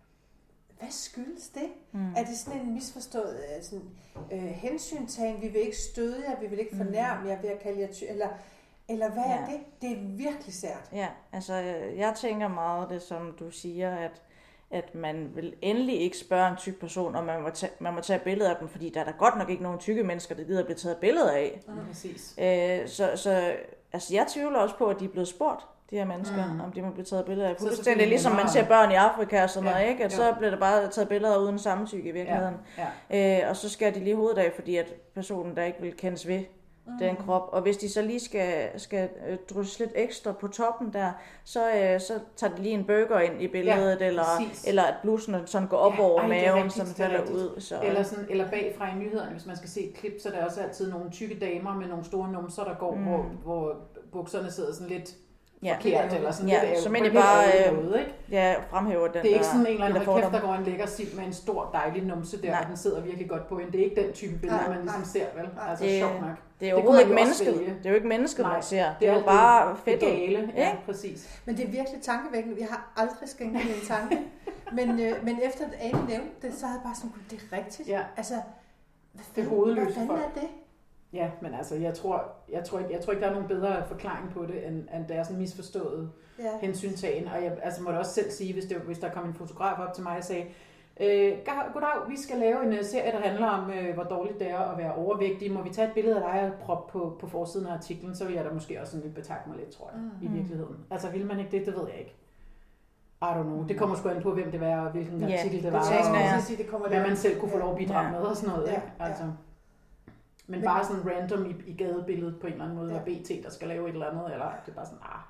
hvad skyldes det? Mm. Er det sådan en misforstået sådan, øh, hensyntagen? Vi vil ikke støde jer, vi vil ikke fornærme jer ved at kalde jer ty- eller eller hvad ja. er det? Det er virkelig sært. Ja, altså jeg tænker meget det, som du siger, at at man vil endelig ikke spørge en tyk person, om man må, tage, man må tage billeder af dem, fordi der er der godt nok ikke nogen tykke mennesker, der gider at blive taget billeder af. Mm. Præcis. Øh, så, så altså, jeg tvivler også på, at de er blevet spurgt, de her mennesker, mm. om de må blive taget billeder af. Fuldstændig ligesom man ser børn i Afrika og sådan ja, noget, ikke? At jo. Så bliver der bare taget billeder uden samtykke i virkeligheden. Ja, ja. Øh, og så skal de lige hovedet af, fordi at personen der ikke vil kendes ved mm. den krop. Og hvis de så lige skal, skal drysse lidt ekstra på toppen der, så, øh, så tager de lige en burger ind i billedet, ja, eller, eller at blusen sådan går op ja, over ej, maven, så den falder ud. Så. Eller, sådan, eller bagfra i nyhederne, hvis man skal se et klip, så er der også altid nogle tykke damer med nogle store numser, der går, mm. hvor, hvor bukserne sidder sådan lidt ja. forkert, eller sådan ja, lidt så men det bare øh, måde, ikke? Ja, fremhæver den. Det er ikke sådan en eller anden kæft, der går en lækker sild med en stor dejlig numse der, nej. Og den sidder virkelig godt på en. Det er ikke den type billede, nej, man ligesom nej. ser, vel? Altså det, sjovt nok. Det er overhovedet ikke mennesket. Det er jo ikke mennesket, man ser. Det er jo bare fedt. Det gale, ja, præcis. Men det er virkelig tankevækkende. Vi har aldrig skænket en tanke. men, øh, men efter at Ane nævnte det, så havde jeg bare sådan, det er rigtigt. Ja. Altså, hvad fanden, hvad fanden er det? Ja, men altså, jeg tror, jeg tror ikke, jeg tror ikke, der er nogen bedre forklaring på det, end, end der er sådan misforstået ja. hensyntagen. Og jeg altså, må da også selv sige, hvis, det, hvis der kom en fotograf op til mig og sagde, øh, goddag, vi skal lave en serie, der handler om, øh, hvor dårligt det er at være overvægtig. Må vi tage et billede af dig og proppe på, på forsiden af artiklen, så vil jeg da måske også sådan lidt betakke mig lidt, tror jeg, mm. i virkeligheden. Altså, vil man ikke det? Det ved jeg ikke. I don't know. Det kommer sgu an på, hvem det var, og hvilken yeah, artikel det var, det og, og sige, det kommer hvad man selv kunne få lov at bidrage ja. med og sådan noget. Ja, ikke? Altså. Ja. Men bare sådan random i, i gadebilledet på en eller anden måde, ja. Og B T, der skal lave et eller andet, eller det er bare sådan, ah.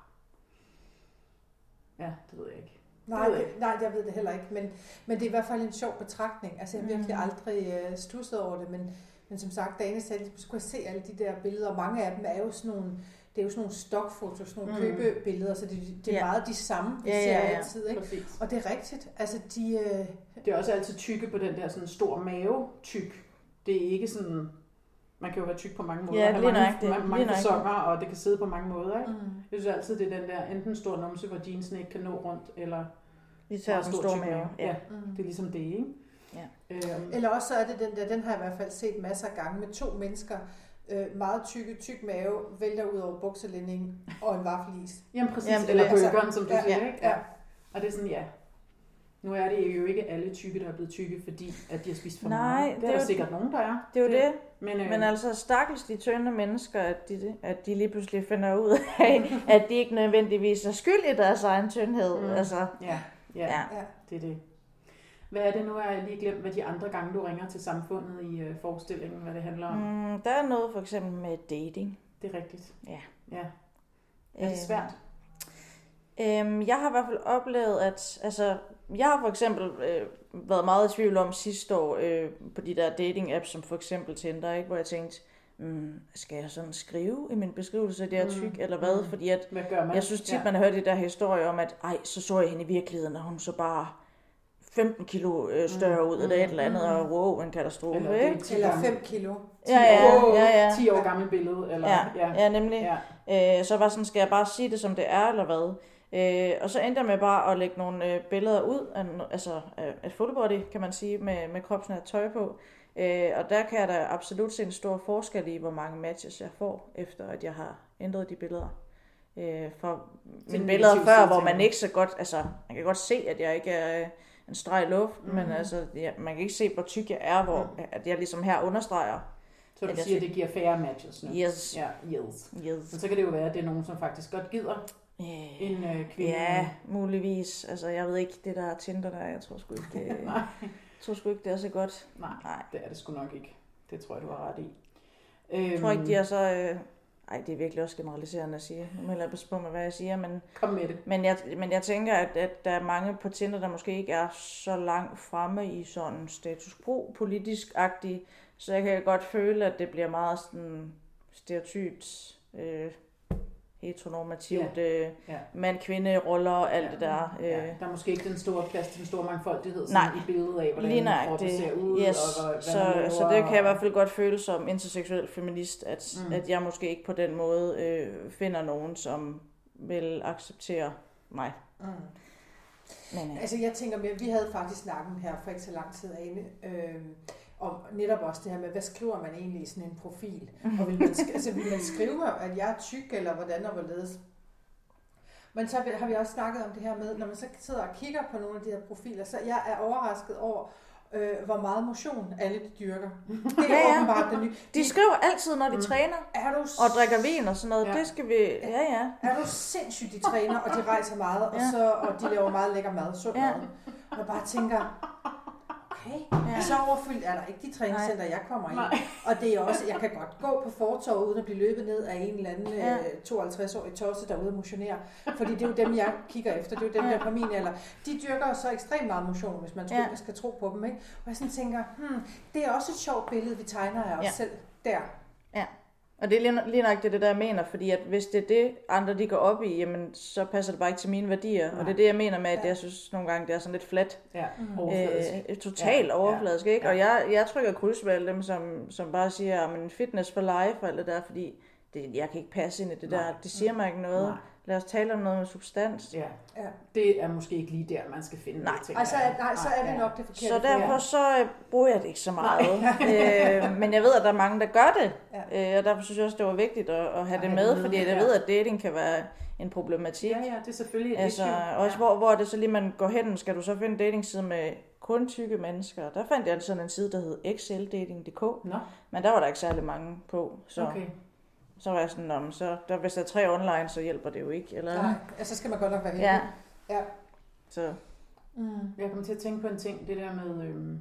Ja, det ved jeg ikke. Nej, det, nej, jeg ved det heller ikke, men, men det er i hvert fald en sjov betragtning. Altså, jeg har virkelig mm. aldrig uh, stusset over det, men, men som sagt, Dane sagde, at skulle se alle de der billeder, og mange af dem er jo sådan nogle, det er jo sådan nogle stockfotos, sådan nogle mm. købebilleder, så det, det er ja. meget de samme, vi ja, ser ja, ja. altid, ikke? Præcis. Og det er rigtigt. Altså, de, uh... det er også altid tykke på den der sådan stor mave-tyk. Det er ikke sådan... Man kan jo være tyk på mange måder, ja, have mange, mange, mange fasonger, og det kan sidde på mange måder. Ikke? Mm. Jeg synes altid, det er den der enten stor numse, hvor jeansen ikke kan nå rundt, eller især stor, stor mave. Ja, ja mm. det er ligesom det, ikke? Ja. Øhm. Eller også så er det den der, den har jeg i hvert fald set masser af gange, med to mennesker, øh, meget tykke, tyk mave, vælter ud over bukselændingen og en vaffelis. Jamen præcis, Jamen, eller burgeren, som du ja, siger, ikke? Ja. Og det er sådan, ja. Nu er det jo ikke alle tykke, der er blevet tykke, fordi at de har spist for Nej, meget. Det, det er der sikkert nogen, der er. Det er jo det. det. Men, øh... Men altså stakkels de tynde mennesker, at de, at de lige pludselig finder ud af, at de ikke nødvendigvis er skyld i deres egen tyndhed. Mm. Altså, ja, ja, ja, det er det. Hvad er det nu? Jeg lige glemt, hvad de andre gange, du ringer til Samfundet i uh, forestillingen, hvad det handler om. Mm, der er noget for eksempel med dating. Det er rigtigt. Ja. ja. Er det svært? Øhm, jeg har i hvert fald oplevet, at altså, jeg har for eksempel øh, været meget i tvivl om sidste år øh, på de der dating-apps, som for eksempel Tinder, ikke? Hvor jeg tænkte, mm, skal jeg sådan skrive i min beskrivelse, at jeg er tyk, mm. eller hvad? Mm. Fordi at, hvad gør man? Jeg synes tit, ja. man har hørt de der historier om, at ej, så så jeg hende i virkeligheden, og hun så bare femten kilo øh, større mm. ud, eller et eller andet, mm. og wow, en katastrofe. Eller, ikke? eller fem kilo. Ja, ja, ja, ja. ti år gammel billede. Eller, ja, ja. ja, nemlig. Ja. Øh, så var sådan, skal jeg bare sige det, som det er, eller hvad? Øh, og så endte jeg med bare at lægge nogle øh, billeder ud, af, altså af et full body, kan man sige, med, med kropsnært tøj på. Øh, og der kan jeg da absolut se en stor forskel i, hvor mange matches jeg får, efter at jeg har ændret de billeder. Øh, for mine billeder før, hvor man ikke så godt, altså man kan godt se, at jeg ikke er øh, en streg i luft, mm-hmm. men altså ja, man kan ikke se, hvor tyk jeg er, hvor mm. at jeg ligesom her understreger. Så du siger, at det giver færre matches nu? Yes. Ja, yes. yes. Men så kan det jo være, at det er nogen, som faktisk godt gider yeah. en øh, kvinde. Ja, muligvis. Altså, jeg ved ikke, det der Tinder der, jeg tror sgu ikke, det, jeg tror sgu ikke, det er så godt. Nej, Nej, det er det sgu nok ikke. Det tror jeg, du har ret i. Jeg tror ikke, de er så... Øh... Ej, det er virkelig også generaliserende at sige. Nu må jeg lade passe på med, hvad jeg siger. Men, Kom med det. Men jeg, men jeg tænker, at, at der er mange på Tinder, der måske ikke er så langt fremme i sådan status quo, politisk-agtigt. Så jeg kan godt føle, at det bliver meget sådan stereotypt, øh, heteronormativt, ja. øh, ja. mand-kvinde-roller og alt ja. det der. Øh. Ja. Der er måske ikke den store plads til den store mangfoldighed sådan i billedet af, hvordan kroppen ser ud. Yes. Og hvad så, så det kan jeg i hvert fald godt føle som interseksuel feminist, at, mm. at jeg måske ikke på den måde øh, finder nogen, som vil acceptere mig. Mm. Men, øh. Altså jeg tænker mere, vi havde faktisk snakken her for ikke så lang tid, Ane, øh, og netop også det her med, hvad skriver man egentlig i sådan en profil? Og vil man, altså, vil man skrive, at jeg er tyk, eller hvordan og hvorledes? Men så har vi også snakket om det her med, når man så sidder og kigger på nogle af de her profiler, så jeg er overrasket over, øh, hvor meget motion alle de dyrker. Det er ja, ja. åbenbart det nye. De skriver altid, når de mm. træner er du og drikker vin og sådan noget. Ja. Det skal vi... Ja, ja. Er du sindssygt, de træner, og de rejser meget, og, ja. så, og de laver meget lækker mad, sund ja. mad. Og jeg bare tænker... Okay. Ja. Så overfyldt er der ikke de træningscenter, jeg kommer i. Og det er også, jeg kan godt gå på fortorvet uden at blive løbet ned af en eller anden ja. øh, tooghalvtreds-årig tosse derude og motionere. Fordi det er jo dem, jeg kigger efter. Det er jo dem, ja. der er på min alder. De dyrker så ekstremt meget motion, hvis man ja. skal tro på dem. Ikke? Og jeg sådan tænker, hmm, det er også et sjovt billede, vi tegner af os ja. selv der. Ja. Og det er lige, lige nok det, det der, jeg mener, fordi at hvis det er det, andre de går op i, jamen, så passer det bare ikke til mine værdier. Nej. Og det er det, jeg mener med, at ja. jeg synes nogle gange, det er sådan lidt flat. Ja, overfladisk. Øh, totalt ja. overfladisk, ikke? Ja. Og jeg, jeg trykker kryds ved alle dem, som, som bare siger, men fitness for life og alt det der, fordi det, jeg kan ikke passe ind i det Nej. der. Det siger mig ikke noget. Nej. Lad os tale om noget med substans. Ja. ja, det er måske ikke lige der, man skal finde nej. det. Altså, nej, så er det nok det forkerte. Så derfor så bruger jeg det ikke så meget. øh, men jeg ved, at der er mange, der gør det. Ja. Øh, og derfor synes jeg også, det var vigtigt at, at have ja, det med, med, fordi jeg ja. ved, at dating kan være en problematik. Ja, ja, det er selvfølgelig et altså, issue. Også ja. hvor, hvor det så lige, man går hen, skal du så finde en datingside med kun tykke mennesker. Der fandt jeg sådan en side, der hed x l dating punktum d k. Nå. Men der var der ikke særlig mange på. Så. Okay. Så var jeg sådan, om, så der, hvis der er tre online, så hjælper det jo ikke. Eller? Nej, ja, så skal man godt nok være heldig. Ja. ja. Så. Mm. Jeg kommer til at tænke på en ting, det der med, øhm,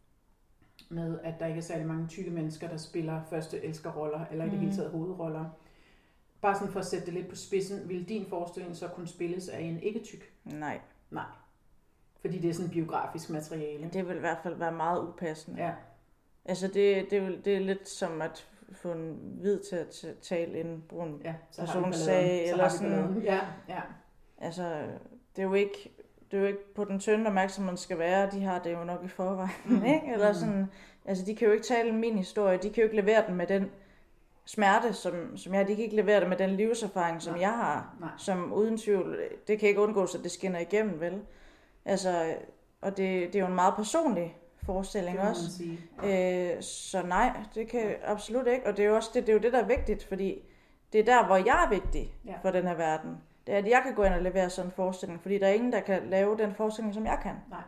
med, at der ikke er særlig mange tykke mennesker, der spiller første elskerroller, eller i det hele taget hovedroller. Bare sådan for at sætte det lidt på spidsen, vil din forestilling så kunne spilles af en ikke-tyk? Nej. Nej. Fordi det er sådan biografisk materiale. Det vil i hvert fald være meget upassende. Ja. Altså det, det, det er lidt som at få en hvid til at tale en brun ja, personsag, eller sådan. Ja, ja. Altså, det er jo ikke, det er jo ikke på den tynde opmærksomhed, man skal være, de har det jo nok i forvejen, mm. ikke? Eller sådan, altså de kan jo ikke tale min historie, de kan jo ikke levere den med den smerte, som, som jeg, de kan ikke levere det med den livserfaring, som Nej. jeg har, Nej. som uden tvivl, det kan ikke undgås, at det skinner igennem, vel? Altså, og det, det er jo en meget personlig forestilling også. Øh, så nej, det kan absolut ikke. Og det er jo også det, det, er jo det, der er vigtigt, fordi det er der, hvor jeg er vigtig ja. for den her verden. Det er, at jeg kan gå ind og levere sådan en forestilling, fordi der er ingen, der kan lave den forestilling, som jeg kan. Nej.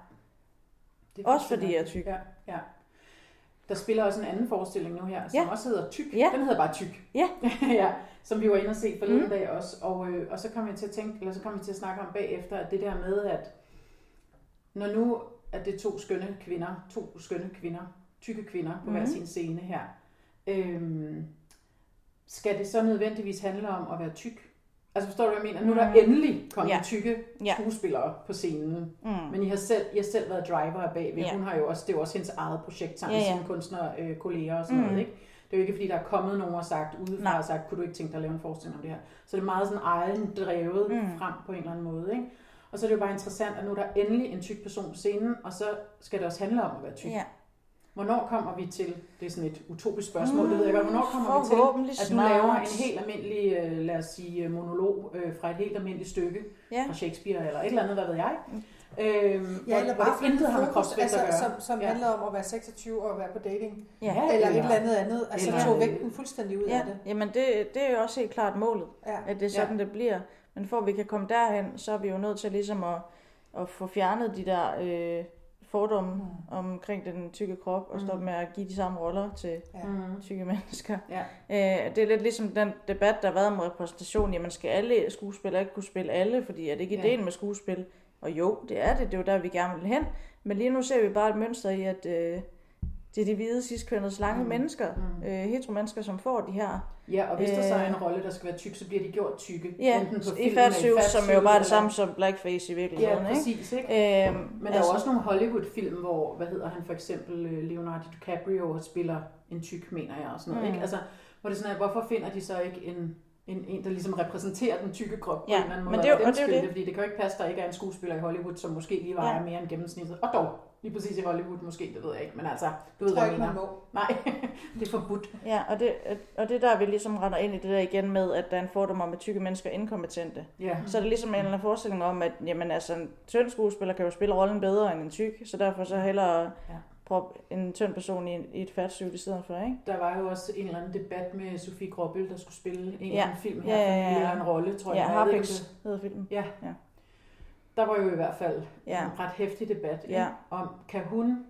Det også fordi jeg er tyk. Ja, ja. Der spiller også en anden forestilling nu her, som ja. også hedder Tyk. Ja. Den hedder bare Tyk. Ja. ja. Som vi var inde og se forleden mm. dag også. Og, øh, og så kom vi til at tænke, eller så kom vi til at snakke om bagefter, at det der med, at når nu at det er to skønne kvinder, to skønne kvinder, tykke kvinder på mm. hver sin scene her. Øhm, skal det så nødvendigvis handle om at være tyk? Altså forstår du, hvad jeg mener? Nu er der endelig kommet ja. tykke ja. skuespillere på scenen. Mm. Men I har selv, I har selv været driver bagved. Ja. Hun har jo også, det er jo også hendes eget projekt sammen med ja, ja. sine kunstnere, øh, kolleger og sådan mm. noget, ikke? Det er jo ikke fordi, der er kommet nogen og sagt udefra og sagt, kunne du ikke tænke dig at lave en forestilling om det her? Så det er meget sådan egen drevet mm. frem på en eller anden måde, ikke? Og så er det jo bare interessant, at nu er der endelig en tyk person på scenen, og så skal det også handle om at være tyk. Ja. Hvornår kommer vi til, det er sådan et utopisk spørgsmål, mm, det ved jeg godt, hvornår kommer vi til, at du laver en helt almindelig, lad os sige, monolog fra et helt almindeligt stykke ja. fra Shakespeare, eller et eller andet, hvad ved jeg. Mm. Øhm, ja, eller bare intet har med kropsvægt altså, at gøre. Som, som ja. handler om at være seksogtyve og være på dating. Ja. Eller et eller andet andet. Altså eller, tog vægten fuldstændig ud ja. af det. Jamen det, det er jo også helt klart målet, ja. at det er sådan, ja. det bliver. Men for at vi kan komme derhen, så er vi jo nødt til ligesom at, at få fjernet de der øh, fordomme mm. omkring den tykke krop, og stoppe mm. med at give de samme roller til ja. tykke mennesker. Ja. Øh, det er lidt ligesom den debat, der har været om repræsentation. Jamen skal alle skuespillere ikke kunne spille alle, fordi er det ikke ja. ideen med skuespil? Og jo, det er det. Det er jo der, vi gerne vil hen. Men lige nu ser vi bare et mønster i, at øh, det er de hvide, cis-kønnede, slange mm. mennesker, mm. øh, hetero-mennesker, som får de her. Ja, og hvis der så er en rolle, der skal være tyk, så bliver de gjort tykke. Ja, i fatsuit, som jo bare er det samme som blackface i virkeligheden. Ja, præcis. Ikke? Ikke? Øhm, Men der altså, er jo også nogle Hollywood-film, hvor, hvad hedder han for eksempel, Leonardo DiCaprio spiller en tyk, mener jeg, og sådan noget. Mm. Ikke? Altså, hvor det sådan er, hvorfor finder de så ikke en, en, en der ligesom repræsenterer den tykke krop på ja, en eller anden måde? Men det er jo det, det. Fordi det kan jo ikke passe, der ikke er en skuespiller i Hollywood, som måske lige vejer ja. mere end gennemsnittet. Og dog, lige præcis i Hollywood måske, det ved jeg ikke, men altså, du ved, hvad jeg mener. Nej, det er forbudt. Ja, og det, og det der, vi ligesom render ind i det der igen med, at der er en fordom om, at tykke mennesker er inkompetente. Ja. Så er det ligesom en eller anden forestilling om, at jamen, altså, en tynd skuespiller kan jo spille rollen bedre end en tyk, så derfor så hellere ja. proppe en tynd person i, i et fatsuit i stedet for, ikke? Der var jo også en eller anden debat med Sofie Gråbøl, der skulle spille en Ja. ja. film her, Ja, ja, ja. eller en rolle, tror Ja, jeg. Harpix hedder filmen. Ja. Ja. Der var jo i hvert fald Ja. en ret hæftig debat Ja. ikke? Om, kan hun,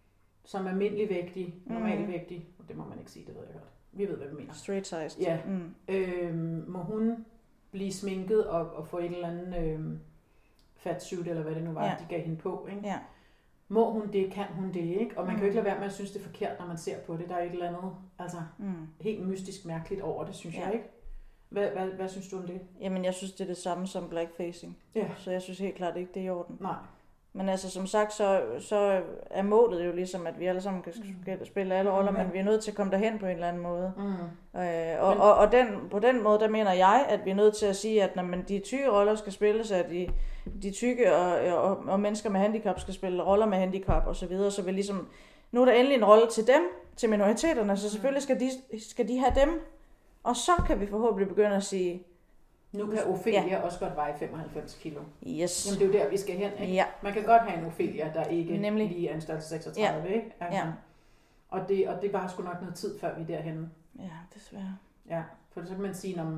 som almindelig vægtig, Mm. normalvægtig, det må man ikke sige, det ved jeg godt. Vi ved, hvad vi mener. Straight sized. Ja. Mm. Øhm, må hun blive sminket og, og få et eller andet øhm, fatsuit, eller hvad det nu var, Ja. de gav hende på, ikke? Ja. Må hun det, kan hun det, ikke? Og man Mm. kan jo ikke lade være med at synes, det er forkert, når man ser på det. Der er et eller andet, altså Mm. helt mystisk mærkeligt over det, synes Ja. jeg, ikke? Hvad, hvad, hvad synes du om det? Jamen, jeg synes, det er det samme som blackfacing. Ja. Så jeg synes helt klart ikke, det er i orden. Nej. Men altså, som sagt, så, så er målet jo ligesom, at vi alle sammen kan sk- spille alle roller, Mm. men vi er nødt til at komme derhen på en eller anden måde. Mm. Øh, og og, og den, på den måde, der mener jeg, at vi er nødt til at sige, at når man, de tykke roller skal spilles, at de, de tykke og, og, og mennesker med handicap skal spille roller med handicap og så videre, så vi ligesom, nu er der endelig en rolle til dem, til minoriteterne, så selvfølgelig skal de, skal de have dem, og så kan vi forhåbentlig begynde at sige, Nu kan Ophelia ja. også godt veje femoghalvfems kilo. yes. Jamen, det er jo der, vi skal hen, ikke? Ja. Man kan godt have en Ophelia, der ikke Nemlig. lige er en størrelse seksogtredive, Ja. ikke? Altså, Ja. og, det, og det er bare sgu nok noget tid, før vi er derhenne. Ja, desværre. Ja, for så kan man sige, om...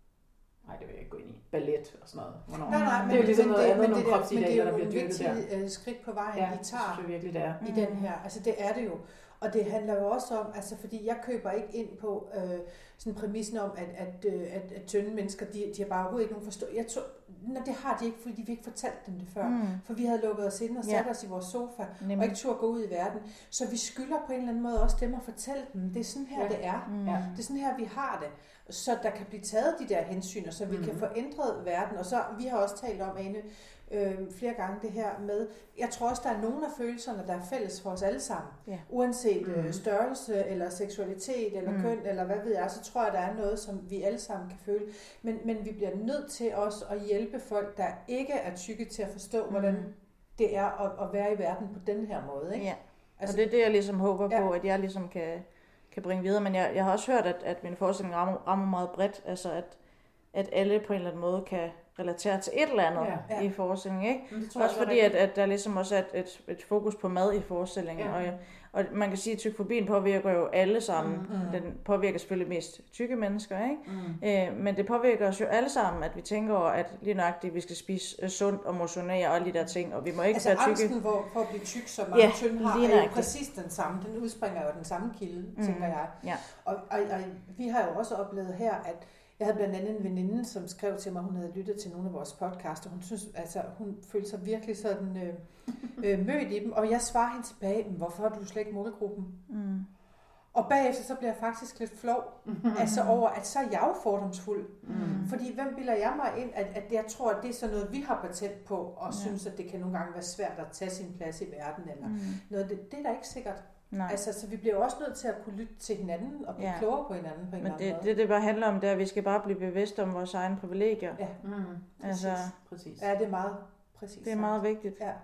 Nej, det vil jeg ikke gå ind i. Ballet og sådan noget. Hvornår? Nej, nej, men det er jo ligesom men noget andet, men nogle det, der- kropsidealer, der men bliver det er jo dyrket nogle der. vigtige øh, skridt på vejen, Ja, I det tager synes jeg virkelig, det er. i den her. Altså det er det jo. Og det handler jo også om, altså fordi jeg køber ikke ind på øh, sådan præmissen om, at, at, øh, at, at tynde mennesker, de, de har bare overhovedet ikke nogen forstå. Jeg tror, nej, det har de ikke, fordi vi ikke fortalt dem det før. Mm. For vi havde lukket os ind og sat Ja. os i vores sofa, Nemlig. og ikke turde gå ud i verden. Så vi skylder på en eller anden måde også dem at fortælle dem, det er sådan her, Ja. det er. Mm. Ja. Det er sådan her, vi har det. Så der kan blive taget de der hensyn, og så vi mm. kan Mhm. få ændret verden. Og så, vi har også talt om, Ane, øh, flere gange det her med, jeg tror også, der er nogle af følelserne, der er fælles for os alle sammen. Ja. Uanset øh, Mhm. størrelse, eller seksualitet, eller Mm. køn, eller hvad ved jeg, så tror jeg, der er noget, som vi alle sammen kan føle. Men, men vi bliver nødt til også at hjælpe folk, der ikke er tykke, til at forstå, hvordan Mm. det er at, at være i verden på den her måde. Ikke? Ja. Altså, Og det er det, jeg ligesom håber Ja. på, at jeg ligesom kan, kan bringe videre. Men jeg, jeg har også hørt, at, at min forestilling rammer, rammer meget bredt. Altså, at, at alle på en eller anden måde kan relatere til et eller andet Ja. Ja. i forestillingen, ikke? Men det tror jeg Også er fordi, at, rigtigt. at der ligesom også er et, et, et fokus på mad i forestillingen. Ja. Og, og man kan sige, at tykfobien påvirker jo alle sammen. Mm, mm. Den påvirker selvfølgelig mest tykke mennesker, ikke? Mm. Øh, men det påvirker os jo alle sammen, at vi tænker over, at lige nøjagtigt, vi skal spise øh, sundt og motionere og alle de der ting, og vi må ikke Altså være tykke. angsten for, for at blive tyk, som mange Ja, tynde har, lige er jo nøjagtigt. præcis den samme. Den udspringer jo af den samme kilde, mm. tænker jeg. Ja. Og, og, og vi har jo også oplevet her, at jeg havde blandt andet en veninde, som skrev til mig, hun havde lyttet til nogle af vores podcaster. Hun synes, altså, hun følte sig virkelig sådan øh, øh, mødt i dem. Og jeg svarer hende tilbage, men hvorfor er du slet ikke målgruppen? Mm. Og bagefter så bliver jeg faktisk lidt flov, altså over, at så er jeg jo fordomsfuld. Mm. Fordi hvem bilder jeg mig ind, at, at jeg tror, at det er sådan noget, vi har patent på, og Ja. synes, at det kan nogle gange være svært at tage sin plads i verden, eller Mm. noget. Det, det er da ikke sikkert. Nej. Altså, så vi bliver også nødt til at kunne lytte til hinanden, og blive Ja. klogere på hinanden på en Men eller anden det, det, det bare handler om, det er, at vi skal bare blive bevidste om vores egne privilegier. måde. Ja, Mm. Altså, Præcis. ja, det er meget præcis. det er meget vigtigt. Ja.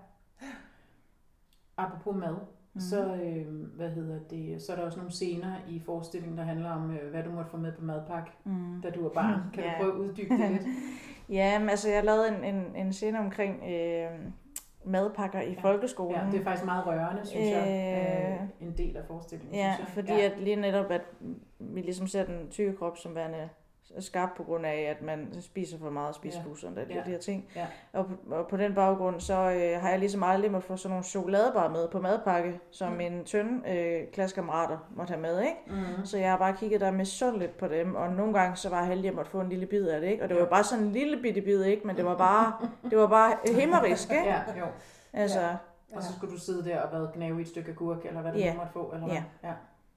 Apropos mad, Mhm. så, øh, hvad hedder det, så er der også nogle scener i forestillingen, der handler om, øh, hvad du måtte få med på madpakke, Mm. da du var barn. Kan Ja. du prøve at uddybe det lidt? Ja, men altså, jeg lavede en, en, en scene omkring øh, madpakker i Ja. folkeskolen. Ja, det er faktisk meget rørende, synes jeg. Øh, Øh, en del af forestillingen, Ja, synes jeg. fordi ja. at lige netop, at vi ligesom ser den tykke krop som værende skarp på grund af, at man spiser for meget spisebusser og ja. Ja. de her ting. Ja. Og, på, og på den baggrund, så øh, har jeg ligesom aldrig måtte få sådan nogle chokoladebar med på madpakke, som Mm. mine tynde øh, klassekammerater måtte have med, ikke? Mm. Så jeg har bare kigget der med sundt på dem, og nogle gange så var jeg heldig, at jeg måtte få en lille bid af det, ikke? Og det var Ja. bare sådan en lille bitte bid, ikke? Men det var bare, det var bare himmerisk, ikke? Ja, jo. Altså, Ja. Og så skulle du sidde der og hvad, gnave i et stykke agurk, eller hvad det Ja. nu måtte få, eller hvad? Ja. Ja.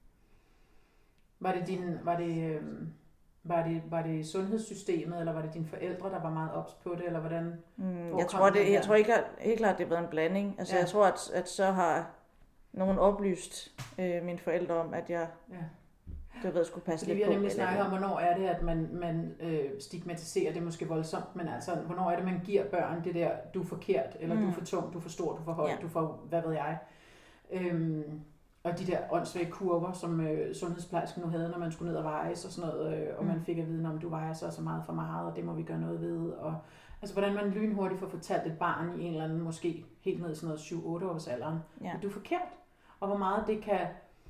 Var det din, var det, øh, var det, var det sundhedssystemet, eller var det dine forældre, der var meget ops på det, eller hvordan? mm, Hvor jeg kom tror, den det, jeg der? tror ikke, at, helt klart, det har været en blanding. Altså, Ja. jeg tror, at, at så har nogen oplyst øh, mine forældre om, at jeg, Ja. det ved, skulle passe Fordi vi lidt har på. nemlig eller- snakket om, hvornår er det, at man, man øh, stigmatiserer det måske voldsomt, men altså, hvornår er det, man giver børn det der, du er forkert, eller mm. du er Mm. for tung, du er for stor, du er for høj, Ja. du er for, hvad ved jeg. Øhm, og de der åndssvage kurver, som øh, sundhedsplejersken nu havde, når man skulle ned og vejes og sådan noget, øh, og Mm. man fik at vide, om du vejer så og så meget for meget, og det må vi gøre noget ved. Og, altså, hvordan man lynhurtigt får fortalt et barn i en eller anden, måske helt ned i sådan noget syv otte års alderen, Ja. at du er forkert. og hvor meget det kan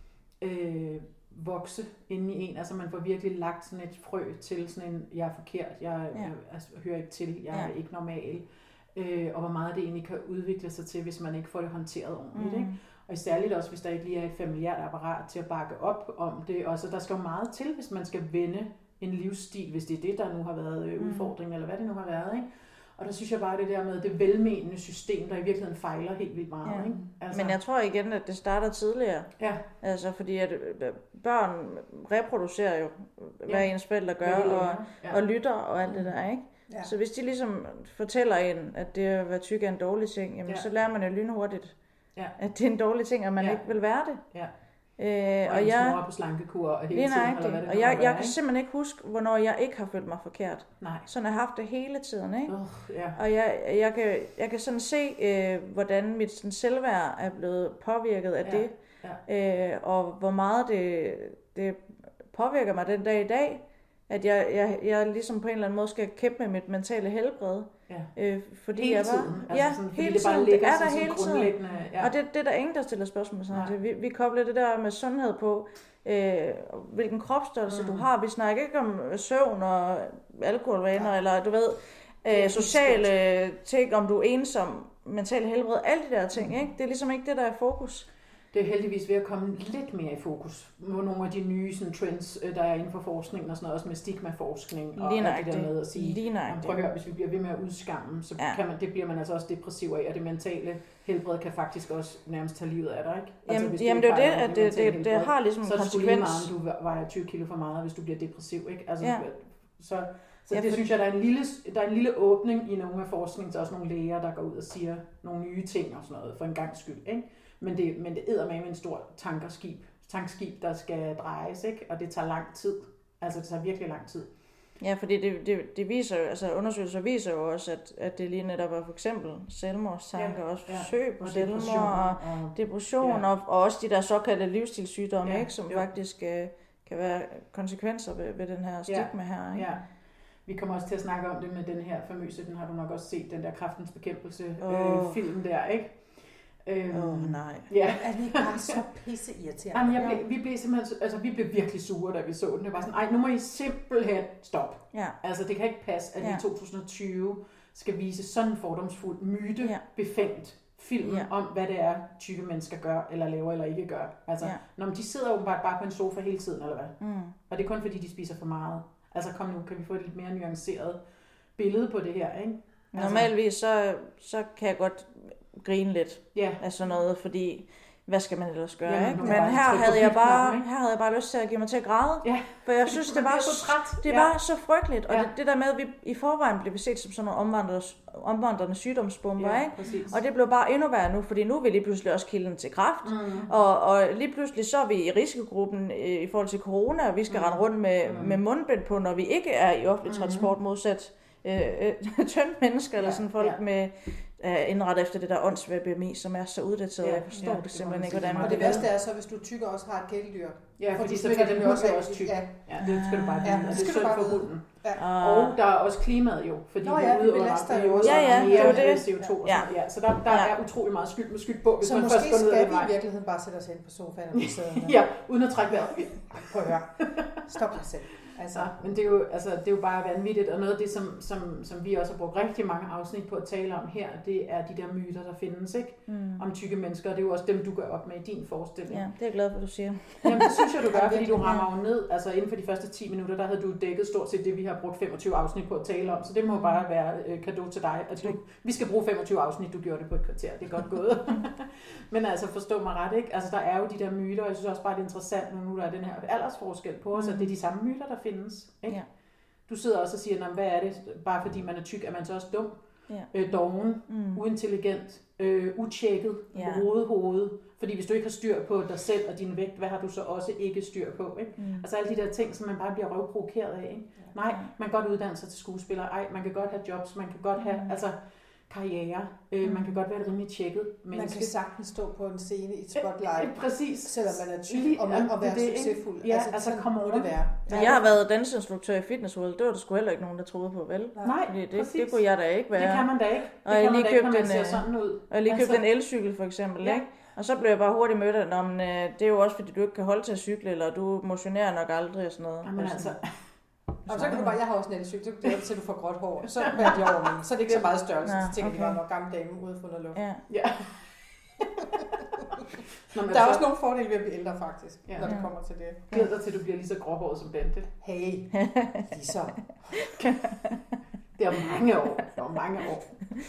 øh, vokse inde i en. Altså man får virkelig lagt sådan et frø til sådan en, jeg er forkert, jeg, ja. jeg altså, hører ikke til, jeg ja. er ikke normal. Øh, og hvor meget det egentlig kan udvikle sig til, hvis man ikke får det håndteret ordentligt. Mm. Ikke? Og særligt også, hvis der ikke lige er et familiært apparat til at bakke op om det. Og så der skal jo meget til, hvis man skal vende en livsstil, hvis det er det, der nu har været øh, udfordringen, mm. eller hvad det nu har været. Ikke? Og der synes jeg bare, det der med det velmenende system, der i virkeligheden fejler helt vildt meget. Ja. Ikke? Altså. Men jeg tror igen, at det starter tidligere. Ja. Altså fordi at børn reproducerer jo, hvad ja. ens forældre gør, og, ja. og lytter og alt det der, ikke? Ja. Så hvis de ligesom fortæller en, at det at være tyk er en dårlig ting, jamen ja. så lærer man jo lynhurtigt, ja. at det er en dårlig ting, og man ja. ikke vil være det. Ja. Øh, og, og jeg snor på slankekur og hele tiden, eller hvad det og jeg, jeg kan simpelthen ikke huske, hvornår jeg ikke har følt mig forkert. Nej. Sådan har jeg haft det hele tiden, ikke? Uh, yeah. Og jeg, jeg, kan, jeg kan sådan se, øh, hvordan mit sådan, selvværd er blevet påvirket af ja. det, ja. Øh, og hvor meget det, det påvirker mig den dag i dag, at jeg, jeg, jeg ligesom på en eller anden måde skal kæmpe med mit mentale helbred. Ja. Øh, fordi hele jeg var, tiden. Altså ja, sådan, hele det bare tiden. ligger Det er der sådan hele tiden. Ja. Og det, det er der ingen, der stiller spørgsmål sådan til. Vi, vi kobler det der med sundhed på, øh, hvilken kropsstørrelse mm. du har. Vi snakker ikke om søvn og alkoholvaner, ja. eller du ved, øh, sociale ting, om du er ensom, mental helbred, alle de der ting. Mm. Ikke? Det er ligesom ikke det, der er fokus. Det er heldigvis ved at komme lidt mere i fokus med nogle af de nye sådan, trends, der er inden for forskningen og sådan noget, også med stigmaforskning og alt det der med at sige, prøv at høre, hvis vi bliver ved med at udskamme, så ja. kan man, det bliver man altså også depressiv af, og det mentale helbred kan faktisk også nærmest tage livet af dig, ikke? Altså, jamen, jamen det er jo det, at det, det, det har ligesom en konsekvens. Så er det lige meget, du vejer tyve kilo for meget, hvis du bliver depressiv, ikke? Altså, ja. Så, så det ja, for... synes jeg, der er, en lille, der er en lille åbning i nogle af forskningen, så også nogle læger, der går ud og siger nogle nye ting og sådan noget, for en gangs skyld, ikke? Men det, men det æder med en stor tankerskib, tankskib, der skal drejes, ikke? Og det tager lang tid. Altså, det tager virkelig lang tid. Ja, fordi det, det, det viser jo, altså undersøgelser viser jo også, at, at det lige netop er for eksempel selvmordstanker, ja, også forsøg på ja, selvmord depression, og, og depression, ja. og, og også de der såkaldte livsstilssygdomme, ja, ikke? Som jo. faktisk øh, kan være konsekvenser ved, ved den her stigma ja, her, ikke? Ja. Vi kommer også til at snakke om det med den her famøse, den har du nok også set, den der Kræftens Bekæmpelse oh. øh, film der, ikke? Åh øhm, oh, nej. Ja. Er det ikke bare så pisse irriterende? Jamen, jeg blev, vi blev simpelthen, altså vi blev virkelig sure, da vi så den. Det var sådan, ej, nu må I simpelthen stoppe. Ja. Altså, det kan ikke passe, at ja. vi i to tusind og tyve skal vise sådan en fordomsfuld myte, ja. befængt film ja. om, hvad det er, tykke mennesker gør, eller laver, eller ikke gør. Altså, ja. når de sidder åbenbart bare på en sofa hele tiden, eller hvad? Mm. Og det er kun fordi, de spiser for meget. Altså, kom nu, kan vi få et lidt mere nuanceret billede på det her, ikke? Altså, normalvis, så, så kan jeg godt grine lidt yeah. af sådan noget, fordi hvad skal man ellers gøre, ja, ikke? Men her havde jeg bare her havde jeg bare lyst til at give mig til at græde, ja. for jeg synes det var så træt. Det ja. var så frygteligt, og ja. det, det der med at vi i forvejen blev set som sådan nogle omvandrende, omvandrende sygdomsbomber, ja, ikke? Præcis. Og det blev bare endnu værre nu, fordi nu er vi lige pludselig også kilden til kræft, mm. og, og lige pludselig så er vi i risikogruppen i forhold til corona, og vi skal mm. rende rundt med, mm. med mundbind på, når vi ikke er i offentlig transport, mm. modsat øh, øh, tynde mennesker, eller sådan folk ja. med indrettet efter det der åndsvære B M I, som er så uddateret, ja, jeg forstår ja, det, det simpelthen ikke, hvordan man og det værste er så, hvis du tykker også har et kæledyr. Ja, fordi så bliver den også, også tyk. Ja. ja, det skal du bare vide, ja, og det er synd for hunden. Ja. Og der er også klimaet jo, fordi Nå, ja, vi udøver jo også ja, ja, mere det C O to og sådan ja. Så der, der ja. er utrolig meget skyld med skyld på, hvis så man måske først går ned ad den vej. skal vi i virkeligheden bare sætte os ind på sofaen og sidde ja, uden at trække vejret. Prøv at høre. Stop dig selv. Altså, ja, men det er, jo, altså, det er jo bare vanvittigt, og noget af det, som, som, som vi også har brugt rigtig mange afsnit på at tale om her, det er de der myter, der findes, ikke? Mm. Om tykke mennesker, og det er jo også dem, du gør op med i din forestilling. Ja, det er jeg glad for, du siger. Jamen, det synes jeg, du gør, fordi du rammer jo ned, altså inden for de første ti minutter, der havde du dækket stort set det, vi har brugt femogtyve afsnit på at tale om, så det må bare være øh, cadeau til dig, at du, vi skal bruge femogtyve afsnit, du gjorde det på et kvarter, det er godt gået. Men altså, forstå mig ret, ikke? Altså, der er jo de der myter, og jeg synes også bare, det er interessant, nu der er den her aldersforskel på os, mm. at det er de samme myter, der findes, ikke? Ja. Du sidder også og siger, hvad er det, bare fordi man er tyk, er man så også dum, ja. øh, doven, mm. uintelligent, øh, utjekket, ja. rodet hoved. Fordi hvis du ikke har styr på dig selv og din vægt, hvad har du så også ikke styr på? Ikke? Mm. Altså alle de der ting, som man bare bliver røvprovokeret af. Ikke? Ja. Nej, man kan godt uddanne sig til skuespiller. Ej, man kan godt have jobs, man kan godt have... Mm. Altså, karriere. Øh, mm. Man kan godt være et rimelig tjekket menneske. Man kan sagtens stå på en scene i et spotlight, øh, præcis. selvom man er tyk, og, man, og være det, succesfuld. Ja, altså, altså kom over det være. Ja. Jeg har været danseinstruktør i Fitness World. Det var der sgu heller ikke nogen, der troede på, vel? Nej, det, det, det kunne jeg da ikke være. Det kan man da ikke. Det og kan jeg man lige da ikke, når man ser sådan ud. Og jeg lige købt altså, en elcykel, for eksempel, ja. ikke? Og så blev jeg bare hurtigt mødt af, "Nå, men, øh, det er jo også, fordi du ikke kan holde til at cykle, eller du motionerer nok aldrig og sådan noget. Jamen altså, Og så kan du bare, jeg har også en elcykel, så det er til du får gråt hår. Så bærer de over mig. Så er det ikke så meget størrelse. Så tænker de bare, når gamle dame ude for noget luft. Ja. ja. Nå, Der er altså, også nogle fordele ved at blive ældre, faktisk, Ja. når det kommer til det. glæder dig til, at du bliver lige så gråhåret som Bente. Hey, ligesom. Det er mange år. Det er mange år.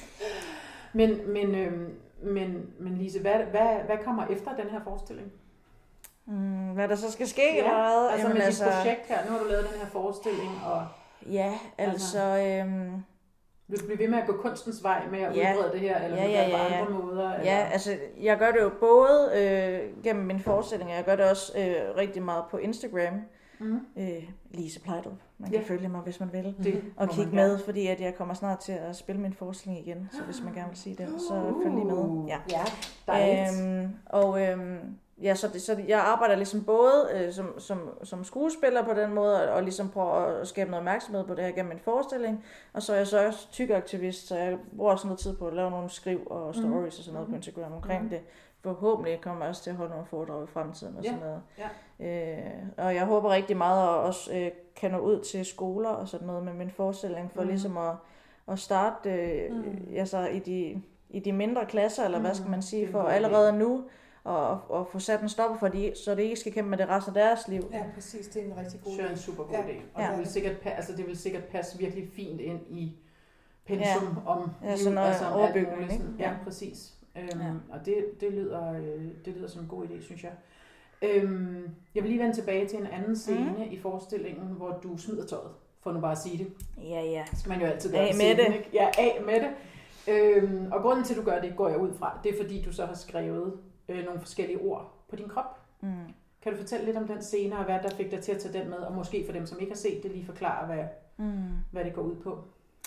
Men, men, øhm, men, men Lise, hvad, hvad, hvad kommer efter den her forestilling? Mm, hvad der så skal ske, eller hvad? altså Jamen, med altså, dit projekt her. Nu har du lavet den her forestilling, og Ja, altså... Øhm, vil du blive ved med at gå kunstens vej med at Ja. udbrede det her, eller Ja, vil du ja, gøre det på ja, ja. andre måder? Eller? Ja, altså jeg gør det jo både øh, gennem mine forestillinger, jeg gør det også øh, rigtig meget på Instagram. Mm-hmm. Øh, Lise Plejdrup. Man Ja. kan følge mig, hvis man vil. Det Og må kigge man med, fordi at jeg kommer snart til at spille min forestilling igen. Så hvis man gerne vil sige den, så følg lige med. Uh. Ja. Ja, Dejligt. Øhm, og øhm, ja, så, det, så jeg arbejder ligesom både øh, som, som, som skuespiller på den måde, og, og ligesom prøver at skabe noget opmærksomhed på det her gennem min forestilling. Og så er jeg så også tykaktivist, så jeg bruger også noget tid på at lave nogle skriv og stories mm. og sådan noget på Instagram omkring mm. det. Forhåbentlig kommer jeg også til at holde nogle foredrag i fremtiden og Ja. sådan noget. Ja. Øh, og jeg håber rigtig meget at også øh, kan nå ud til skoler og sådan noget med min forestilling, for mm. ligesom at, at starte øh, mm. altså i de, i de mindre klasser, eller mm. hvad skal man sige, for allerede nu og, og få sat en stopper for de, så det ikke skal kæmpe med det resten af deres liv. ja, præcis. Det er en rigtig god Det er en super god Ja. idé. Og Ja. det, vil sikkert, pa- altså, det vil sikkert passe virkelig fint ind i pensum ja. om Ja, sådan noget altså om alt overbygning, muligt. ikke? Sådan. Ja, præcis. Øhm, Ja. Og det, det, lyder, øh, det lyder som en god idé, synes jeg. Øhm, jeg vil lige vende tilbage til en anden scene mm. i forestillingen, hvor du smider tøjet, for nu bare at sige det. Ja, ja. Det skal man jo altid gøre. Af på med scenen, det. Ikke? Ja, af med det. Øhm, og grunden til, at du gør det, går jeg ud fra, det er fordi, du så har skrevet øh, nogle forskellige ord på din krop. Mm. Kan du fortælle lidt om den scene, og hvad der fik dig til at tage den med, og måske for dem, som ikke har set det, lige forklare, hvad, Mm. hvad det går ud på?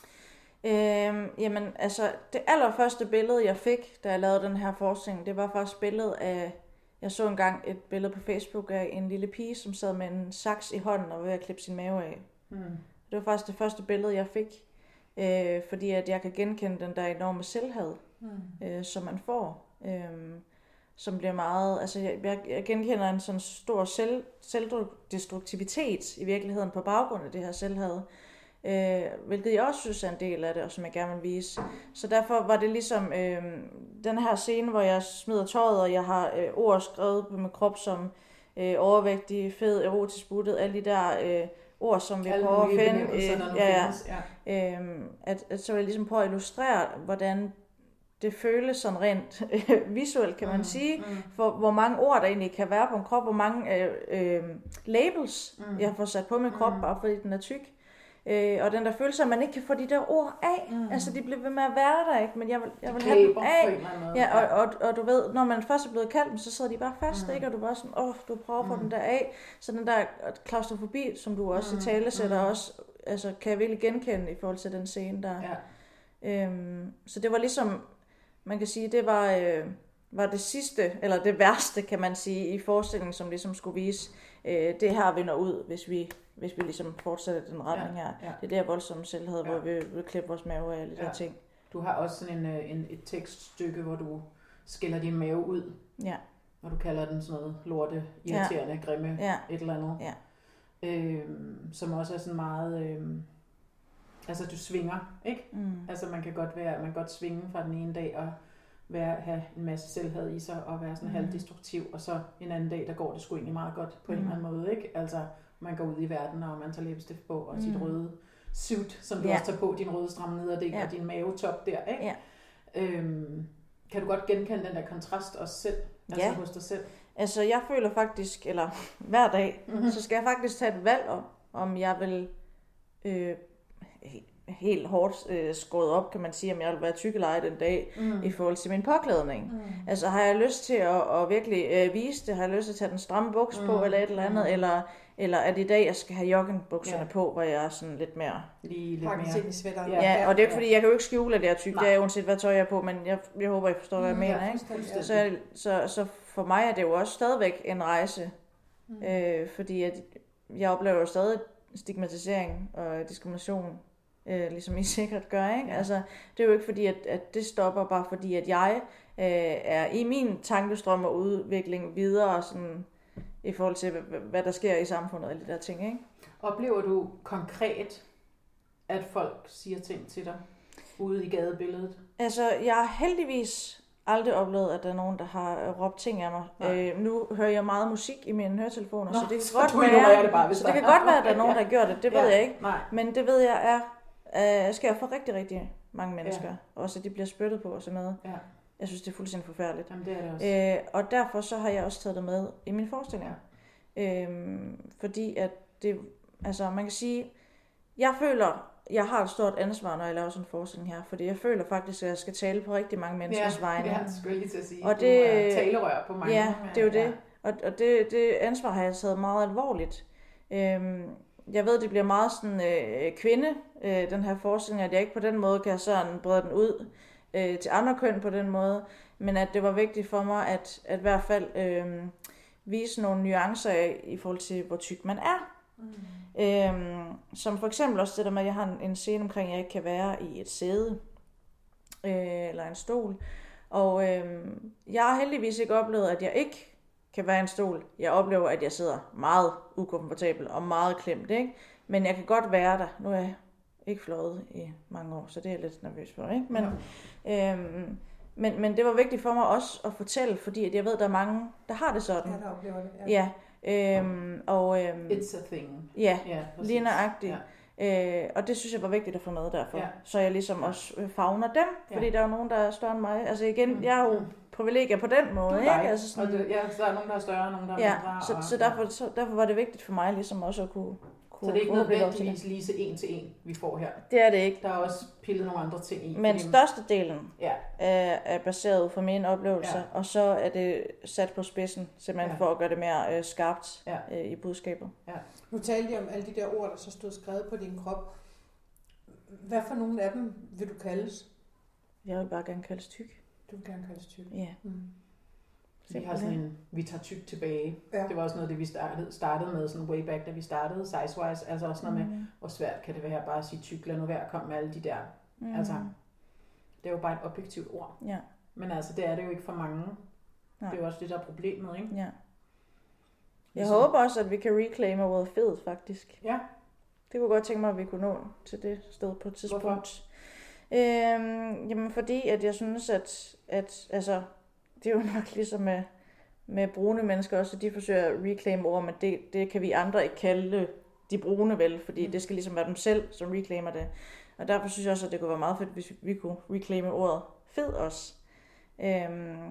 Øhm, jamen, altså, det allerførste billede, jeg fik, da jeg lavede den her forestilling, det var faktisk billedet af, jeg så engang et billede på Facebook af en lille pige, som sad med en saks i hånden og var ved at klippe sin mave af. Hmm. Det var faktisk det første billede, jeg fik, øh, fordi at jeg kan genkende den der enorme selvhad, Mm. øh, som man får, øh, som bliver meget, altså jeg, jeg, jeg genkender en sådan stor selv, selvdestruktivitet i virkeligheden på baggrund af det her selvhad, øh, hvilket jeg også synes er en del af det, og som jeg gerne vil vise. Så derfor var det ligesom øh, den her scene, hvor jeg smider tøjet, og jeg har øh, ord skrevet på min krop som øh, overvægtig, fed, erotisk buttet, alle de der øh, ord, som vi Alle prøver at mulige finde. benævnelser, Øh, der nu ja, ja. findes, ja. Øhm, at, at så vil jeg ligesom prøve at illustrere, hvordan det føles sådan rent visuelt, kan man Mm, sige, mm. for hvor mange ord der egentlig kan være på en krop, hvor mange øh, øh, labels, Mm. jeg har fået sat på min krop, Mm. bare fordi den er tyk. Øh, og den der følelse, at man ikke kan få de der ord af. Mm. Altså, de bliver ved med at være der, ikke? Men jeg vil, jeg vil De have dem klæber på af. en eller anden måde. Ja, og, og, og du ved, når man først er blevet kaldt, så sidder de bare fast, Mm. ikke? Og du bare sådan, åh, du prøver at få Mm. den der af. Så den der klaustrofobi, som du også Mm. i tale sætter Mm. også, altså, kan jeg virkelig genkende i forhold til den scene der. Ja. Øhm, så det var ligesom, man kan sige, det var, øh, var det sidste, eller det værste, kan man sige, i forestillingen, som ligesom skulle vise, øh, det her vinder ud, hvis vi, hvis vi ligesom fortsætter den retning her. Ja. Det er der voldsomme selvhed, Ja. hvor vi vil klippe vores mave af alle de Ja. der ting. Du har også sådan en, øh, en, et tekststykke, hvor du skiller din mave ud, Ja, og du kalder den sådan noget lorte, irriterende, ja. grimme, ja, et eller andet. ja. Øhm, som også er sådan meget, øhm, altså du svinger, ikke? Mm. Altså man kan godt være, man kan godt svinge fra den ene dag og være, have en masse selvhad i sig og være sådan Mm. halvdestruktiv, og så en anden dag, der går det sgu egentlig meget godt på mm. en Mm. eller anden måde, ikke? Altså man går ud i verden, og man tager læbestift på, og mm. sit Mm. røde suit, som du Ja. også tager på, din røde stramme nederdel Ja. og din mavetop der, ikke? Ja. Øhm, kan du godt genkende den der kontrast også selv, altså Ja. hos dig selv? Altså, jeg føler faktisk, eller hver dag, Mhm. så skal jeg faktisk tage et valg om, om jeg vil øh, he- helt hårdt øh, skåret op, kan man sige, om jeg vil være tyk eller ej den dag, Mm. i forhold til min påklædning. Mm. Altså, har jeg lyst til at, at virkelig øh, vise det? Har jeg lyst til at tage den stramme buks på, Mm. eller et eller andet? Mm. Eller, eller er det i dag, jeg skal have joggingbukserne Ja. på, hvor jeg er sådan lidt mere... Lige lidt Pakkes mere. ind i sweateren. Ja. Ja, og det er ikke fordi, jeg kan jo ikke skjule, at jeg er tyk, Nej. det er uanset hvad tøj jeg er på, men jeg, jeg håber, jeg forstår, hvad jeg Mm, mener, ja, ikke? fuldstændig. Så, så, så for mig er det jo også stadigvæk en rejse, Mm. øh, fordi at jeg oplever jo stadig stigmatisering og diskrimination øh, ligesom I sikkert gør, ikke? Ja. Altså, det er jo ikke fordi, at, at det stopper bare fordi, at jeg øh, er i min tankestrøm og udvikling videre sådan, i forhold til, hvad, hvad der sker i samfundet og alle de der ting, ikke? Oplever du konkret, at folk siger ting til dig ude i gadebilledet? Altså, jeg har heldigvis aldrig oplevet, at der er nogen, der har råbt ting af mig. Øh, nu hører jeg meget musik i mine høretelefoner, Nå, så det kan så godt du være, ignorerer det bare, hvis så der det kan er. godt være, at der er nogen, der har gjort det. Det ved Ja, jeg ikke. nej. Men det ved jeg er, øh, sker for rigtig, rigtig mange mennesker. Ja. Også at de bliver spyttet på og sådan noget. Ja. Jeg synes, det er fuldstændig forfærdeligt. Jamen, det er det også. Øh, og derfor så har jeg også taget det med i mine forestillinger. Øh, fordi at det, altså man kan sige, jeg føler, jeg har et stort ansvar, når jeg laver sådan en forestilling her, fordi jeg føler faktisk, at jeg skal tale på rigtig mange menneskers ja, vegne. Ja, det skulle jeg lige til at sige. Og du det, er talerør på mange. Ja, det er jo ja. det. Og, og det, det ansvar har jeg taget meget alvorligt. Øhm, jeg ved, det bliver meget sådan øh, kvinde, øh, den her forestilling, at jeg ikke på den måde kan sådan brede den ud øh, til andre køn på den måde, men at det var vigtigt for mig, at, at i hvert fald øh, vise nogle nuancer af, i forhold til, hvor tyk man er. Mm. Øhm, som for eksempel også det der med, at jeg har en, en scene omkring, at jeg ikke kan være i et sæde øh, eller en stol. Og øhm, jeg har heldigvis ikke oplevet, at jeg ikke kan være i en stol. Jeg oplever, at jeg sidder meget ukomfortabel og meget klemt, ikke? Men jeg kan godt være der. Nu er jeg ikke fløjet i mange år, så det er jeg lidt nervøs for, ikke? Men, ja. øhm, men, men det var vigtigt for mig også at fortælle, fordi at jeg ved, at der er mange, der har det sådan. Ja, der oplever det. Ja. ja. Øhm, og, øhm, It's a thing. Ja, ja lige nøjagtigt. Ja. Øh, og det synes jeg var vigtigt at få med derfor. Ja. Så jeg ligesom ja. også favner dem, fordi ja. der er jo nogen, der er større end mig. Altså igen, mm. jeg er jo privilegier på den måde. Ikke? Altså sådan, og det, ja, så er nogen, der er større, og nogen, der er ja, mindre. Så, og, så, derfor, så derfor var det vigtigt for mig ligesom også at kunne... Så det er ikke nødvendigvis lige så en til en, vi får her? Det er det ikke. Der er også pillet nogle andre ting i. Men størstedelen ja. er, er baseret på mine oplevelser, ja. og så er det sat på spidsen, simpelthen ja. for at gøre det mere øh, skarpt ja. øh, i budskabet. Ja. Nu talte jeg om alle de der ord, der så stod skrevet på din krop. Hvad for nogle af dem vil du kaldes? Jeg vil bare gerne kaldes tyk. Du vil gerne kaldes tyk? Ja. Mm. Vi har sådan en, vi tager tyk tilbage. Ja. Det var også noget, det vi startede, startede med, sådan way back, da vi startede Sizewise. Altså også noget med, mm. hvor svært kan det være bare at sige tyk, lad nu være at komme med alle de der. Mm. Altså, det er jo bare et objektivt ord. Ja. Men altså, det er det jo ikke for mange. Nej. Det er jo også det, der er problemet, ikke? Ja. Jeg så. håber også, at vi kan reclaime ordet fed, faktisk. Ja. Det kunne godt tænke mig, at vi kunne nå til det sted på et tidspunkt. Hvorfor? Øhm, jamen, fordi at jeg synes, at, at altså, det er jo nok ligesom med, med brune mennesker også, at de forsøger at reclaime ord, men det, det kan vi andre ikke kalde de brune vel, fordi mm. det skal ligesom være dem selv, som reclaimer det. Og derfor synes jeg også, at det kunne være meget fedt, hvis vi kunne reclaime ordet fed også. Øhm,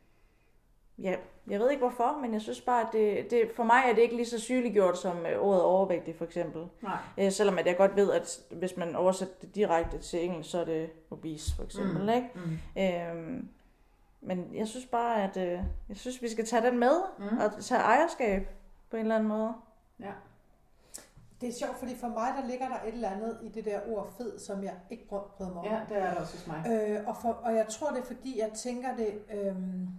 ja, jeg ved ikke hvorfor, men jeg synes bare, at det, det, for mig er det ikke lige så sygeliggjort som ordet overvægtig for eksempel. Nej. Øh, selvom at jeg godt ved, at hvis man oversætter det direkte til engelsk, så er det obese for eksempel. Mm. Ikke? Mm. Øhm, men jeg synes bare, at øh, jeg synes, vi skal tage den med mm. og tage ejerskab på en eller anden måde. Ja. Det er sjovt, fordi for mig, der ligger der et eller andet i det der ord fed, som jeg ikke bryder mig om. Ja, det er det også hos mig. Øh, og, for, og jeg tror, det er fordi, jeg tænker det, øh,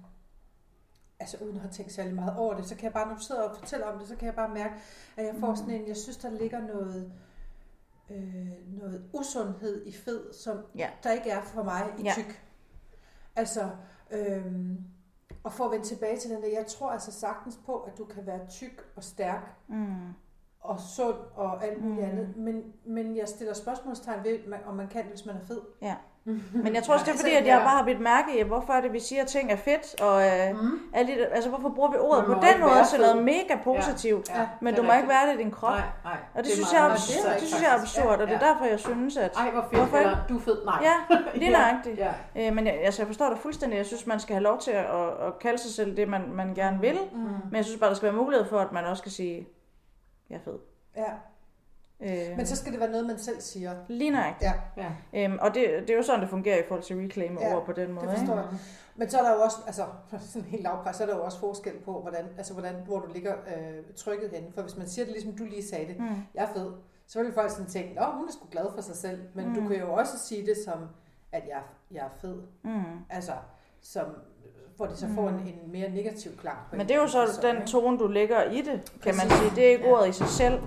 altså uden at have tænkt særlig meget over det, så kan jeg bare, når du sidder og fortæller om det, så kan jeg bare mærke, at jeg får sådan en, jeg synes, der ligger noget, øh, noget usundhed i fed, som ja. der ikke er for mig i tyk. Ja. Altså, øh, og for at vende tilbage til den der, jeg tror altså sagtens på, at du kan være tyk og stærk, mm. og sund og alt muligt mm. andet, men, men jeg stiller spørgsmålstegn ved, om man kan det, hvis man er fed. Ja. Men jeg tror også, det er fordi, at jeg bare har blivet mærke i, hvorfor er det, vi siger, at ting er fedt, og øh, mm. alle, altså hvorfor bruger vi ordet på den måde til noget mega positivt, ja. Ja, men du må ikke være det i din krop. Nej, nej, og det, det synes jeg er absurd, det, det synes jeg er absurd, ja, og det er derfor, jeg synes, at... Ej, hvor fedt, eller du er fed, nej. Ja, lige nøjagtigt. ja. øh, men jeg, altså, jeg forstår det fuldstændig, jeg synes, man skal have lov til at, at, at kalde sig selv det, man, man gerne vil, mm. men jeg synes bare, der skal være mulighed for, at man også skal sige, jeg er fed. Ja. Øh, Men så skal det være noget, man selv siger. Lige nøjagtigt. Ja. Ja. Øhm, og det, det er jo sådan, det fungerer i forhold til reclaim ja, ord på den måde. Det forstår jeg. Men så er der jo også, altså sådan helt lavpræs, så er der jo også forskel på, hvordan, altså hvordan, hvor du ligger øh, trykket henne. For hvis man siger det, ligesom du lige sagde det, mm. jeg er fed, så vil folk sådan tænke, åh, hun er sgu glad for sig selv. Men mm. du kan jo også sige det som, at jeg, jeg er fed. Mm. Altså, som... hvor de så får en, en mere negativ klang. Men det er jo så den tone, du lægger i det, kan man sige. Det er ikke ja. ordet i sig selv. Nej.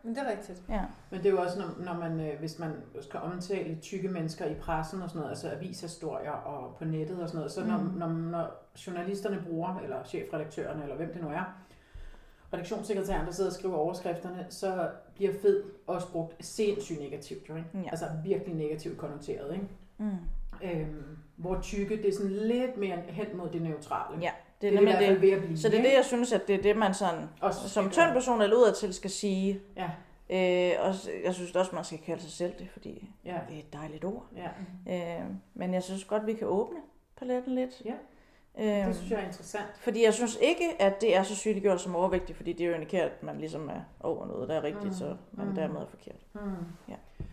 Men det er rigtigt. Ja. Men det er jo også, når, når man, hvis man skal omtale tykke mennesker i pressen og sådan noget, altså avishistorier og på nettet og sådan noget, så når, mm. når, når journalisterne bruger, eller chefredaktørerne, eller hvem det nu er, redaktionssekretæren, der sidder og skriver overskrifterne, så bliver fed også brugt sindssygt negativt, jo, ikke? Ja. Altså virkelig negativt konnoteret, ikke? Mm. Øhm, hvor tykke, det er sådan lidt mere hen mod det neutrale. Ja, det er det, det, det ved at blive. Så det er det, jeg synes, at det er det, man sådan, også som tynd person eller udadtil skal sige. Ja. Øh, og jeg synes også, man skal kalde sig selv det, fordi ja. det er et dejligt ord. Ja. Øh, men jeg synes godt, vi kan åbne paletten lidt. Ja. Øhm, det synes jeg er interessant. Fordi jeg synes ikke, at det er så sygeliggjort som overvægtig, fordi det er jo indikerer, at man ligesom er over noget, der er rigtigt, mm. så man mm. dermed er forkert. Mm. Ja.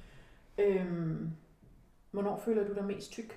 Øhm, hvornår føler du dig mest tyk?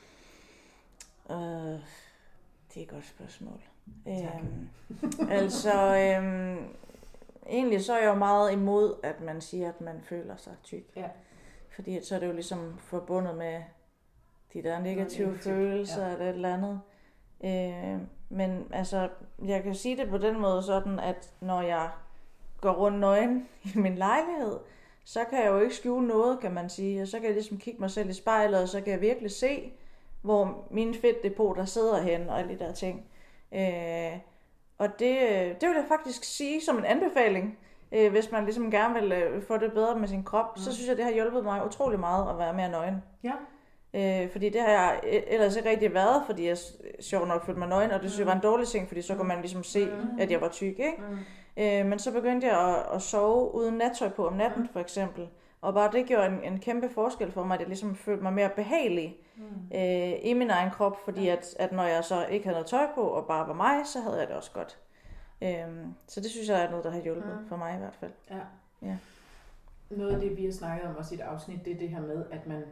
Øh, det er et godt spørgsmål. Øhm, altså, øhm, egentlig så er jeg jo meget imod, at man siger, at man føler sig tyk. Ja. Fordi så er det jo ligesom forbundet med de der negative negativ. følelser ja. eller et eller andet. Øh, men altså, jeg kan sige det på den måde sådan, at når jeg går rundt nøgen i min lejlighed, så kan jeg jo ikke skjule noget, kan man sige. Og så kan jeg ligesom kigge mig selv i spejlet, og så kan jeg virkelig se, hvor min fedtdepot der sidder hen og alle de der ting. Øh, og det, det vil jeg faktisk sige som en anbefaling, øh, hvis man ligesom gerne vil øh, få det bedre med sin krop, mm. så synes jeg, det har hjulpet mig utrolig meget at være mere nøgen. Ja. Øh, fordi det har jeg ellers ikke rigtig været, fordi jeg sjovt nok følte mig nøgen, og det synes jeg var en dårlig ting, fordi så kunne man ligesom se, mm. at jeg var tyk, ikke? Mm. Øh, men så begyndte jeg at, at sove uden nattøj på om natten, for eksempel. Og bare det gjorde en, en kæmpe forskel for mig, at jeg ligesom følte mig mere behagelig mm. øh, i min egen krop, fordi at, at når jeg så ikke havde noget tøj på, og bare var mig, så havde jeg det også godt. Øh, så det synes jeg er noget, der har hjulpet mm. for mig i hvert fald. Ja. Ja. Noget af det, vi har snakket om også i et afsnit, det er det her med, at man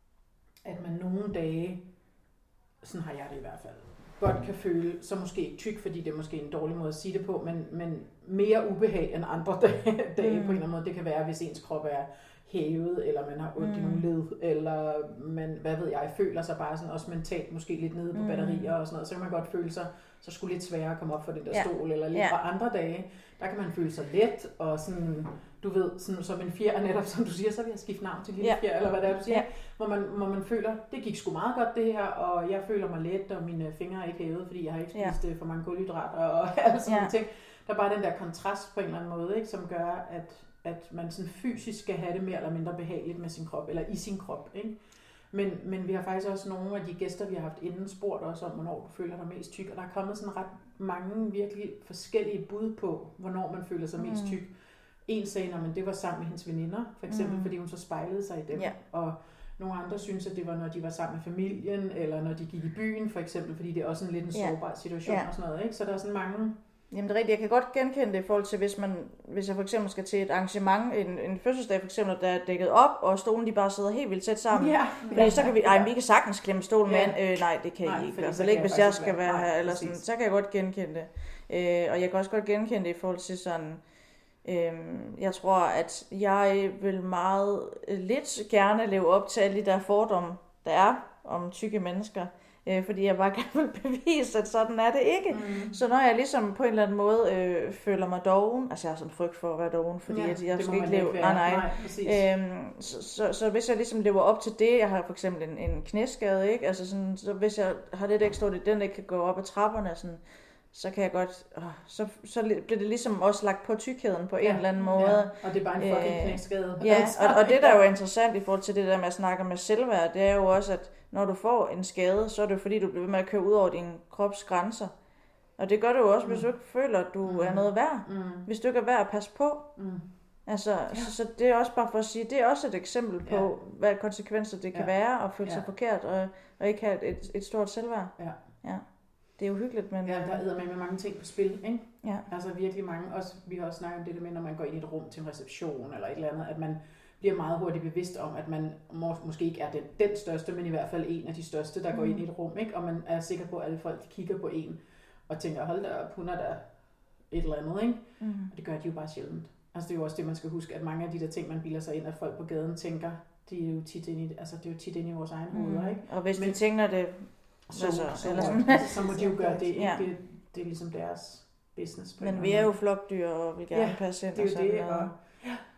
at man nogle dage, sådan har jeg det i hvert fald, godt kan føle, så måske ikke tyk, fordi det er måske en dårlig måde at sige det på, men, men mere ubehag end andre dage, dage mm. på en eller anden måde. Det kan være, hvis ens krop er hævet, eller man har ondt mm. i nogle led, eller man, hvad ved jeg, føler sig bare sådan også mentalt måske lidt nede på mm. batterier og sådan noget, så kan man godt føle sig så skulle lidt sværere at komme op for den der ja. stol, eller lidt ja. fra andre dage, der kan man føle sig let, og sådan, du ved, sådan som en fjer, netop som du siger, så vil jeg skifte navn til lille ja. fjer, eller hvad det er, du siger, ja. hvor, man, hvor man føler, det gik sgu meget godt det her, og jeg føler mig let, og mine fingre er ikke hævet, fordi jeg har ikke spist ja. for mange kulhydrater, og alle sådan ja. nogle ting. Der er bare den der kontrast på en eller anden måde, ikke, som gør, at, at man sådan fysisk skal have det mere eller mindre behageligt med sin krop, eller i sin krop, ikke? Men, men vi har faktisk også nogle af de gæster, vi har haft inden, spurgt os om, hvornår du føler dig mest tyk. Og der er kommet sådan ret mange virkelig forskellige bud på, hvornår man føler sig mest tyk. En sagde, at det var sammen med hendes veninder, for eksempel, mm. fordi hun så spejlede sig i dem. Ja. Og nogle andre synes, at det var, når de var sammen med familien, eller når de gik i byen, for eksempel, fordi det er også en lidt en sårbar situation ja. og sådan noget. Ikke? Så der er sådan mange... Jamen det er rigtigt. Jeg kan godt genkende det i forhold til, hvis, man, hvis jeg for eksempel skal til et arrangement, en, en fødselsdag for eksempel, der er dækket op, og stolen de bare sidder helt vildt tæt sammen. Ja. Fordi ja. så kan vi, ej, vi kan sagtens klemme stolen ja. med øh, nej, det kan nej, I ikke. I hvert fald ikke, hvis jeg skal være her, eller sådan, så kan jeg godt genkende det. Øh, og jeg kan også godt genkende det i forhold til sådan, øh, jeg tror, at jeg vil meget øh, lidt gerne leve op til alle de der fordomme, der er om tykke mennesker. Fordi jeg bare gerne vil bevise, at sådan er det ikke. Mm. Så når jeg ligesom på en eller anden måde øh, føler mig doven, altså jeg har sådan frygt for at være doven, fordi ja, at jeg skal ikke leve... Nej, nej. nej øhm, så, så, så hvis jeg ligesom lever op til det, jeg har for eksempel en, en knæskade, ikke? Altså sådan, så hvis jeg har lidt ekstra, det den ikke kan gå op ad trapperne, sådan, så kan jeg godt... Øh, så, så bliver det ligesom også lagt på tykkheden på ja, en eller anden måde. Ja, og det er bare en fucking øh, knæskade. Ja, og, og det der er jo interessant i forhold til det der med at snakke med selvværd, det er jo også, at når du får en skade, så er det fordi, du bliver ved med at køre ud over din krops grænser. Og det gør du jo også, mm. hvis du ikke føler, at du mm. er noget værd. Mm. Hvis du ikke er værd at passe på. Mm. Altså, ja. så, så det er også bare for at sige, det er også et eksempel på, ja. hvad konsekvenser det kan ja. være, at føle ja. sig forkert, og, og ikke have et, et stort selvværd. Ja. Ja. Det er uhyggeligt, men... Ja, der er med mange ting på spil, ikke? Ja. Altså virkelig mange. Også, vi har også snakket om det der med, når man går ind i et rum til en reception, eller et eller andet, at man bliver meget hurtigt bevidst om, at man må, måske ikke er den, den største, men i hvert fald en af de største, der mm. går ind i et rum, ikke? Og man er sikker på, at alle folk de kigger på en, og tænker, hold da op, hun er der et eller andet, ikke? Mm. Og det gør de jo bare sjældent. Altså det er jo også det, man skal huske, at mange af de der ting, man bilder sig ind, at folk på gaden tænker, de er jo tit inde i, altså det er jo tit inde i vores egen mm. hoveder, ikke? Og hvis men, de tænker det, så, altså, så, eller sådan. Altså, så må de jo gøre det, ikke? Ja. Det, det er ligesom deres business. Men vi er jo flokdyr, og vil gerne ja, passe ind. Det er jo det, og,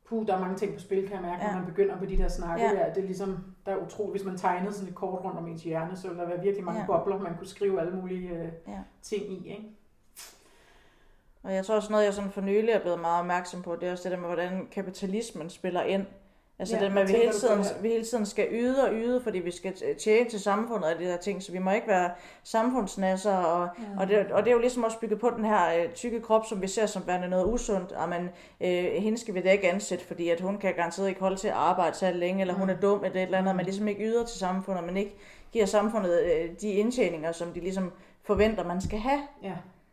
Puh, der er mange ting på spil, kan jeg mærke, ja. Når man begynder på de der snakke ja. der. Det er ligesom, der er utroligt, hvis man tegnede sådan et kort rundt om ens hjerne, så ville der være virkelig mange ja. bobler, man kunne skrive alle mulige øh, ja. ting i, ikke? Og jeg tror også noget, jeg sådan for nylig er blevet meget opmærksom på, det er også det der med, hvordan kapitalismen spiller ind. Altså ja, det med, at vi hele, tiden, vi hele tiden skal yde og yde, fordi vi skal tjene til samfundet og de der ting, så vi må ikke være samfundsnasser. Og, ja. og, det, og det er jo ligesom også bygget på den her øh, tykke krop, som vi ser som værende noget usundt. Og man, øh, hende skal vi da ikke ansætte, fordi at hun kan garanteret ikke holde til at arbejde så længe, eller hun er dum eller et eller andet. Man ligesom ikke yder til samfundet, og man ikke giver samfundet øh, de indtjeninger, som de ligesom forventer, man skal have. Ja.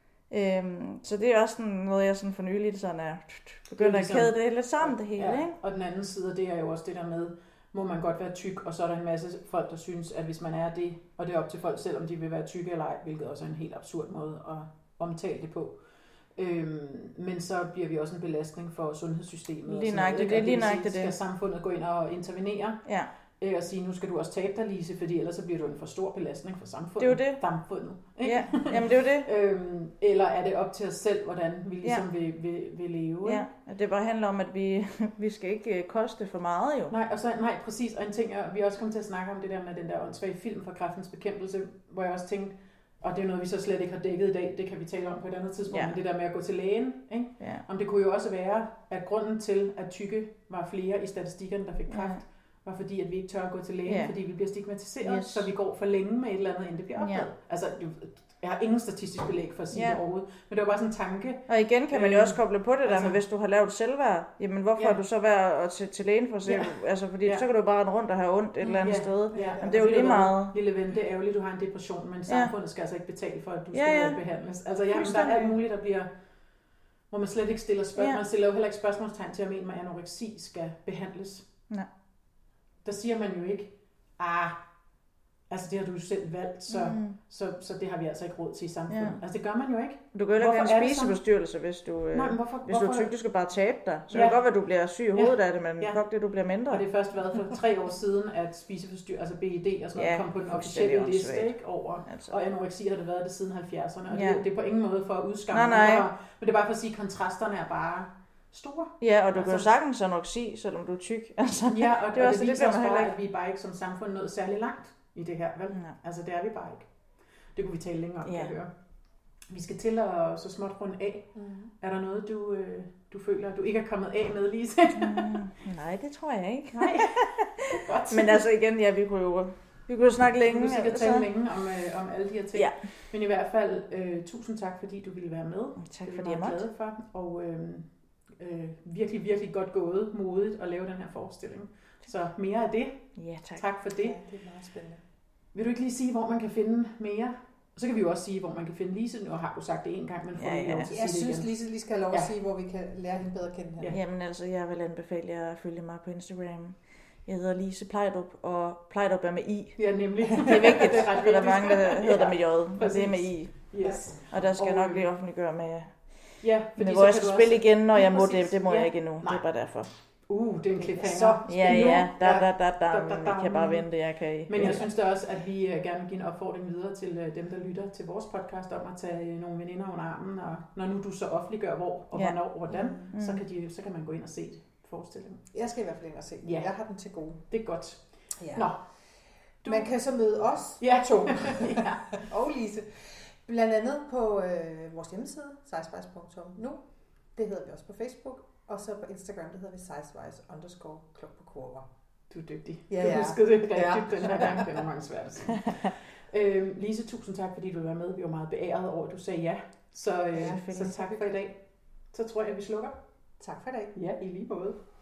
Øhm, så det er også sådan noget, jeg sådan for nyligt sådan er begyndt ligesom, at kæde det lidt sammen, det hele. Ja, ikke? Og den anden side af det er jo også det der med, må man godt være tyk, og så er der en masse folk, der synes, at hvis man er det, og det er op til folk selv, om de vil være tykke eller ej, hvilket også er en helt absurd måde at omtale det på. Øhm, men så bliver vi også en belastning for sundhedssystemet. Lige nøjagtigt, det er lige nøjagtigt det. Skal samfundet gå ind og intervenere? Ja. Og sige, nu skal du også tabe dig, Lise, fordi ellers så bliver du en for stor belastning for samfundet. Det er jo det. Samfundet, ikke? Ja, jamen det er jo det. øhm, eller er det op til os selv, hvordan vi ligesom ja. vil, vil, vil leve? Ja, det bare handler om, at vi, vi skal ikke koste for meget jo. Nej, og så, nej, præcis. Og en ting, vi også kom til at snakke om det der med den der åndssvage film fra Kræftens Bekæmpelse, hvor jeg også tænkte, og det er noget, vi så slet ikke har dækket i dag, det kan vi tale om på et andet tidspunkt, ja. Men det der med at gå til lægen, ikke? Ja. Om det kunne jo også være, at grunden til, at tykke var flere i statistikkerne, der fik kræft, ja. Var fordi, at vi ikke tør at gå til lægen, yeah. fordi vi bliver stigmatiseret, yes. så vi går for længe med et eller andet, inden det bliver opdaget. Yeah. Altså, jeg har ingen statistisk belæg for at sige yeah. det overhovedet, men det var bare sådan en tanke. Og igen kan man jo også koble på det der altså, med, hvis du har lavet selvværd, jamen hvorfor yeah. er du så værd at til, til lægen for at se, yeah. altså fordi yeah. så kan du bare rende rundt og have ondt et eller andet yeah. sted. Yeah. Men det er jo lige meget. Lille ven, det er ærgerligt, du har en depression, men samfundet yeah. skal altså ikke betale for, at du skal yeah, yeah. behandles. Altså, jamen, der er alt muligt, der bliver, hvor man slet ikke stiller spørgsmål. Yeah. Man stiller jo heller ikke spørgsmålstegn til, at jeg mener, at anoreksi skal behandles. Nej. Der siger man jo ikke, ah, altså det har du jo selv valgt, så, mm. så, så det har vi altså ikke råd til i samfundet. Ja. Altså det gør man jo ikke. Du kan jo ikke have en spiseforstyrrelse, hvis du, Nej, men hvorfor, hvis du er tyk, du skal bare tabe dig. Så ja. Det kan godt være, at du bliver syg i hovedet ja. af det, men ja. fuck det, du bliver mindre. Og det er først været for tre år siden, at spiseforstyrrelse, altså B E D og sådan noget, ja, kom på den officielle liste ikke, over. Altså. Og anoreksi har det været det siden halvfjerdserne, og ja. det, det er på ingen måde for at udskamme. Nej, nej. Men det er bare for at sige, at kontrasterne er bare store. Ja, og du altså, kan jo sagtens anoreksi, selvom du er tyk. Altså, ja, og det, og det, det viser også bare, at vi bare ikke som samfund nået særlig langt i det her. Vel? Ja. Altså, det er vi bare ikke. Det kunne vi tale længere om, ja. Kan jeg høre. Vi skal til at så småt runde af. Mm. Er der noget, du, øh, du føler, du ikke er kommet af med, Lise? mm, nej, det tror jeg ikke. Nej. Godt. Men altså igen, ja, vi kunne jo vi kunne jo snakke længe. Vi kunne tale længe om, øh, om alle de her ting. Ja. Men i hvert fald, øh, tusind tak, fordi du ville være med. Tak fordi jeg måtte. For. Og øh, øh, virkelig, virkelig godt gået, modigt at lave den her forestilling. Så mere af det. Ja, tak. Tak for det. Ja, det er meget spændende. Vil du ikke lige sige, hvor man kan finde mere? Så kan vi jo også sige, hvor man kan finde Lise. Nu har du sagt det en gang, men får ja, ja. lov til at jeg sige synes, det Lise lige skal have lov at ja. sige, hvor vi kan lære hende bedre at kende her. Ja. Jamen altså, jeg vil anbefale jer at følge mig på Instagram. Jeg hedder Lise Plejdrup, og Plejdrup er med I. Ja, nemlig. Det er vigtigt, det er for der er mange, der hedder ja, det med J, og det er med I. Yes. Og der skal og, jeg nok lige offentliggøre med, ja, med hvor jeg skal spille også igen, når jeg må det. Det må ja. jeg ikke endnu. Nej. Det er bare derfor. Uh, det er en cliffhanger. Ja, ja, da, da, da, da, jeg kan bare vente, jeg kan ikke. Men jeg synes da også, at vi gerne vil give en opfordring videre til dem, der lytter til vores podcast, om at tage nogle veninder under armen, og når nu du så offentliggør hvor og ja. hvornår og hvordan, mm. så, kan de, så kan man gå ind og se forestillingen. Jeg skal i hvert fald ind og se den. Ja. Jeg har den til gode. Det er godt. Ja. Nå. Du... Man kan så møde os ja. to ja. og Lise. Blandt andet på øh, vores hjemmeside, sizewise punktum nu. Det hedder vi også på Facebook. Og så på Instagram, det hedder vi sizewise underscore klok på kurver. Du er dygtig. Ja, du ja. huskede det rigtigt ja. den her gang. Det er mange svært at sige. øh, Lise, tusind tak, fordi du var med. Vi var meget beæret over, at du sagde ja. Så, øh, ja, så tak for i dag. Så tror jeg, at vi slukker. Tak for i dag. Ja, i lige måde.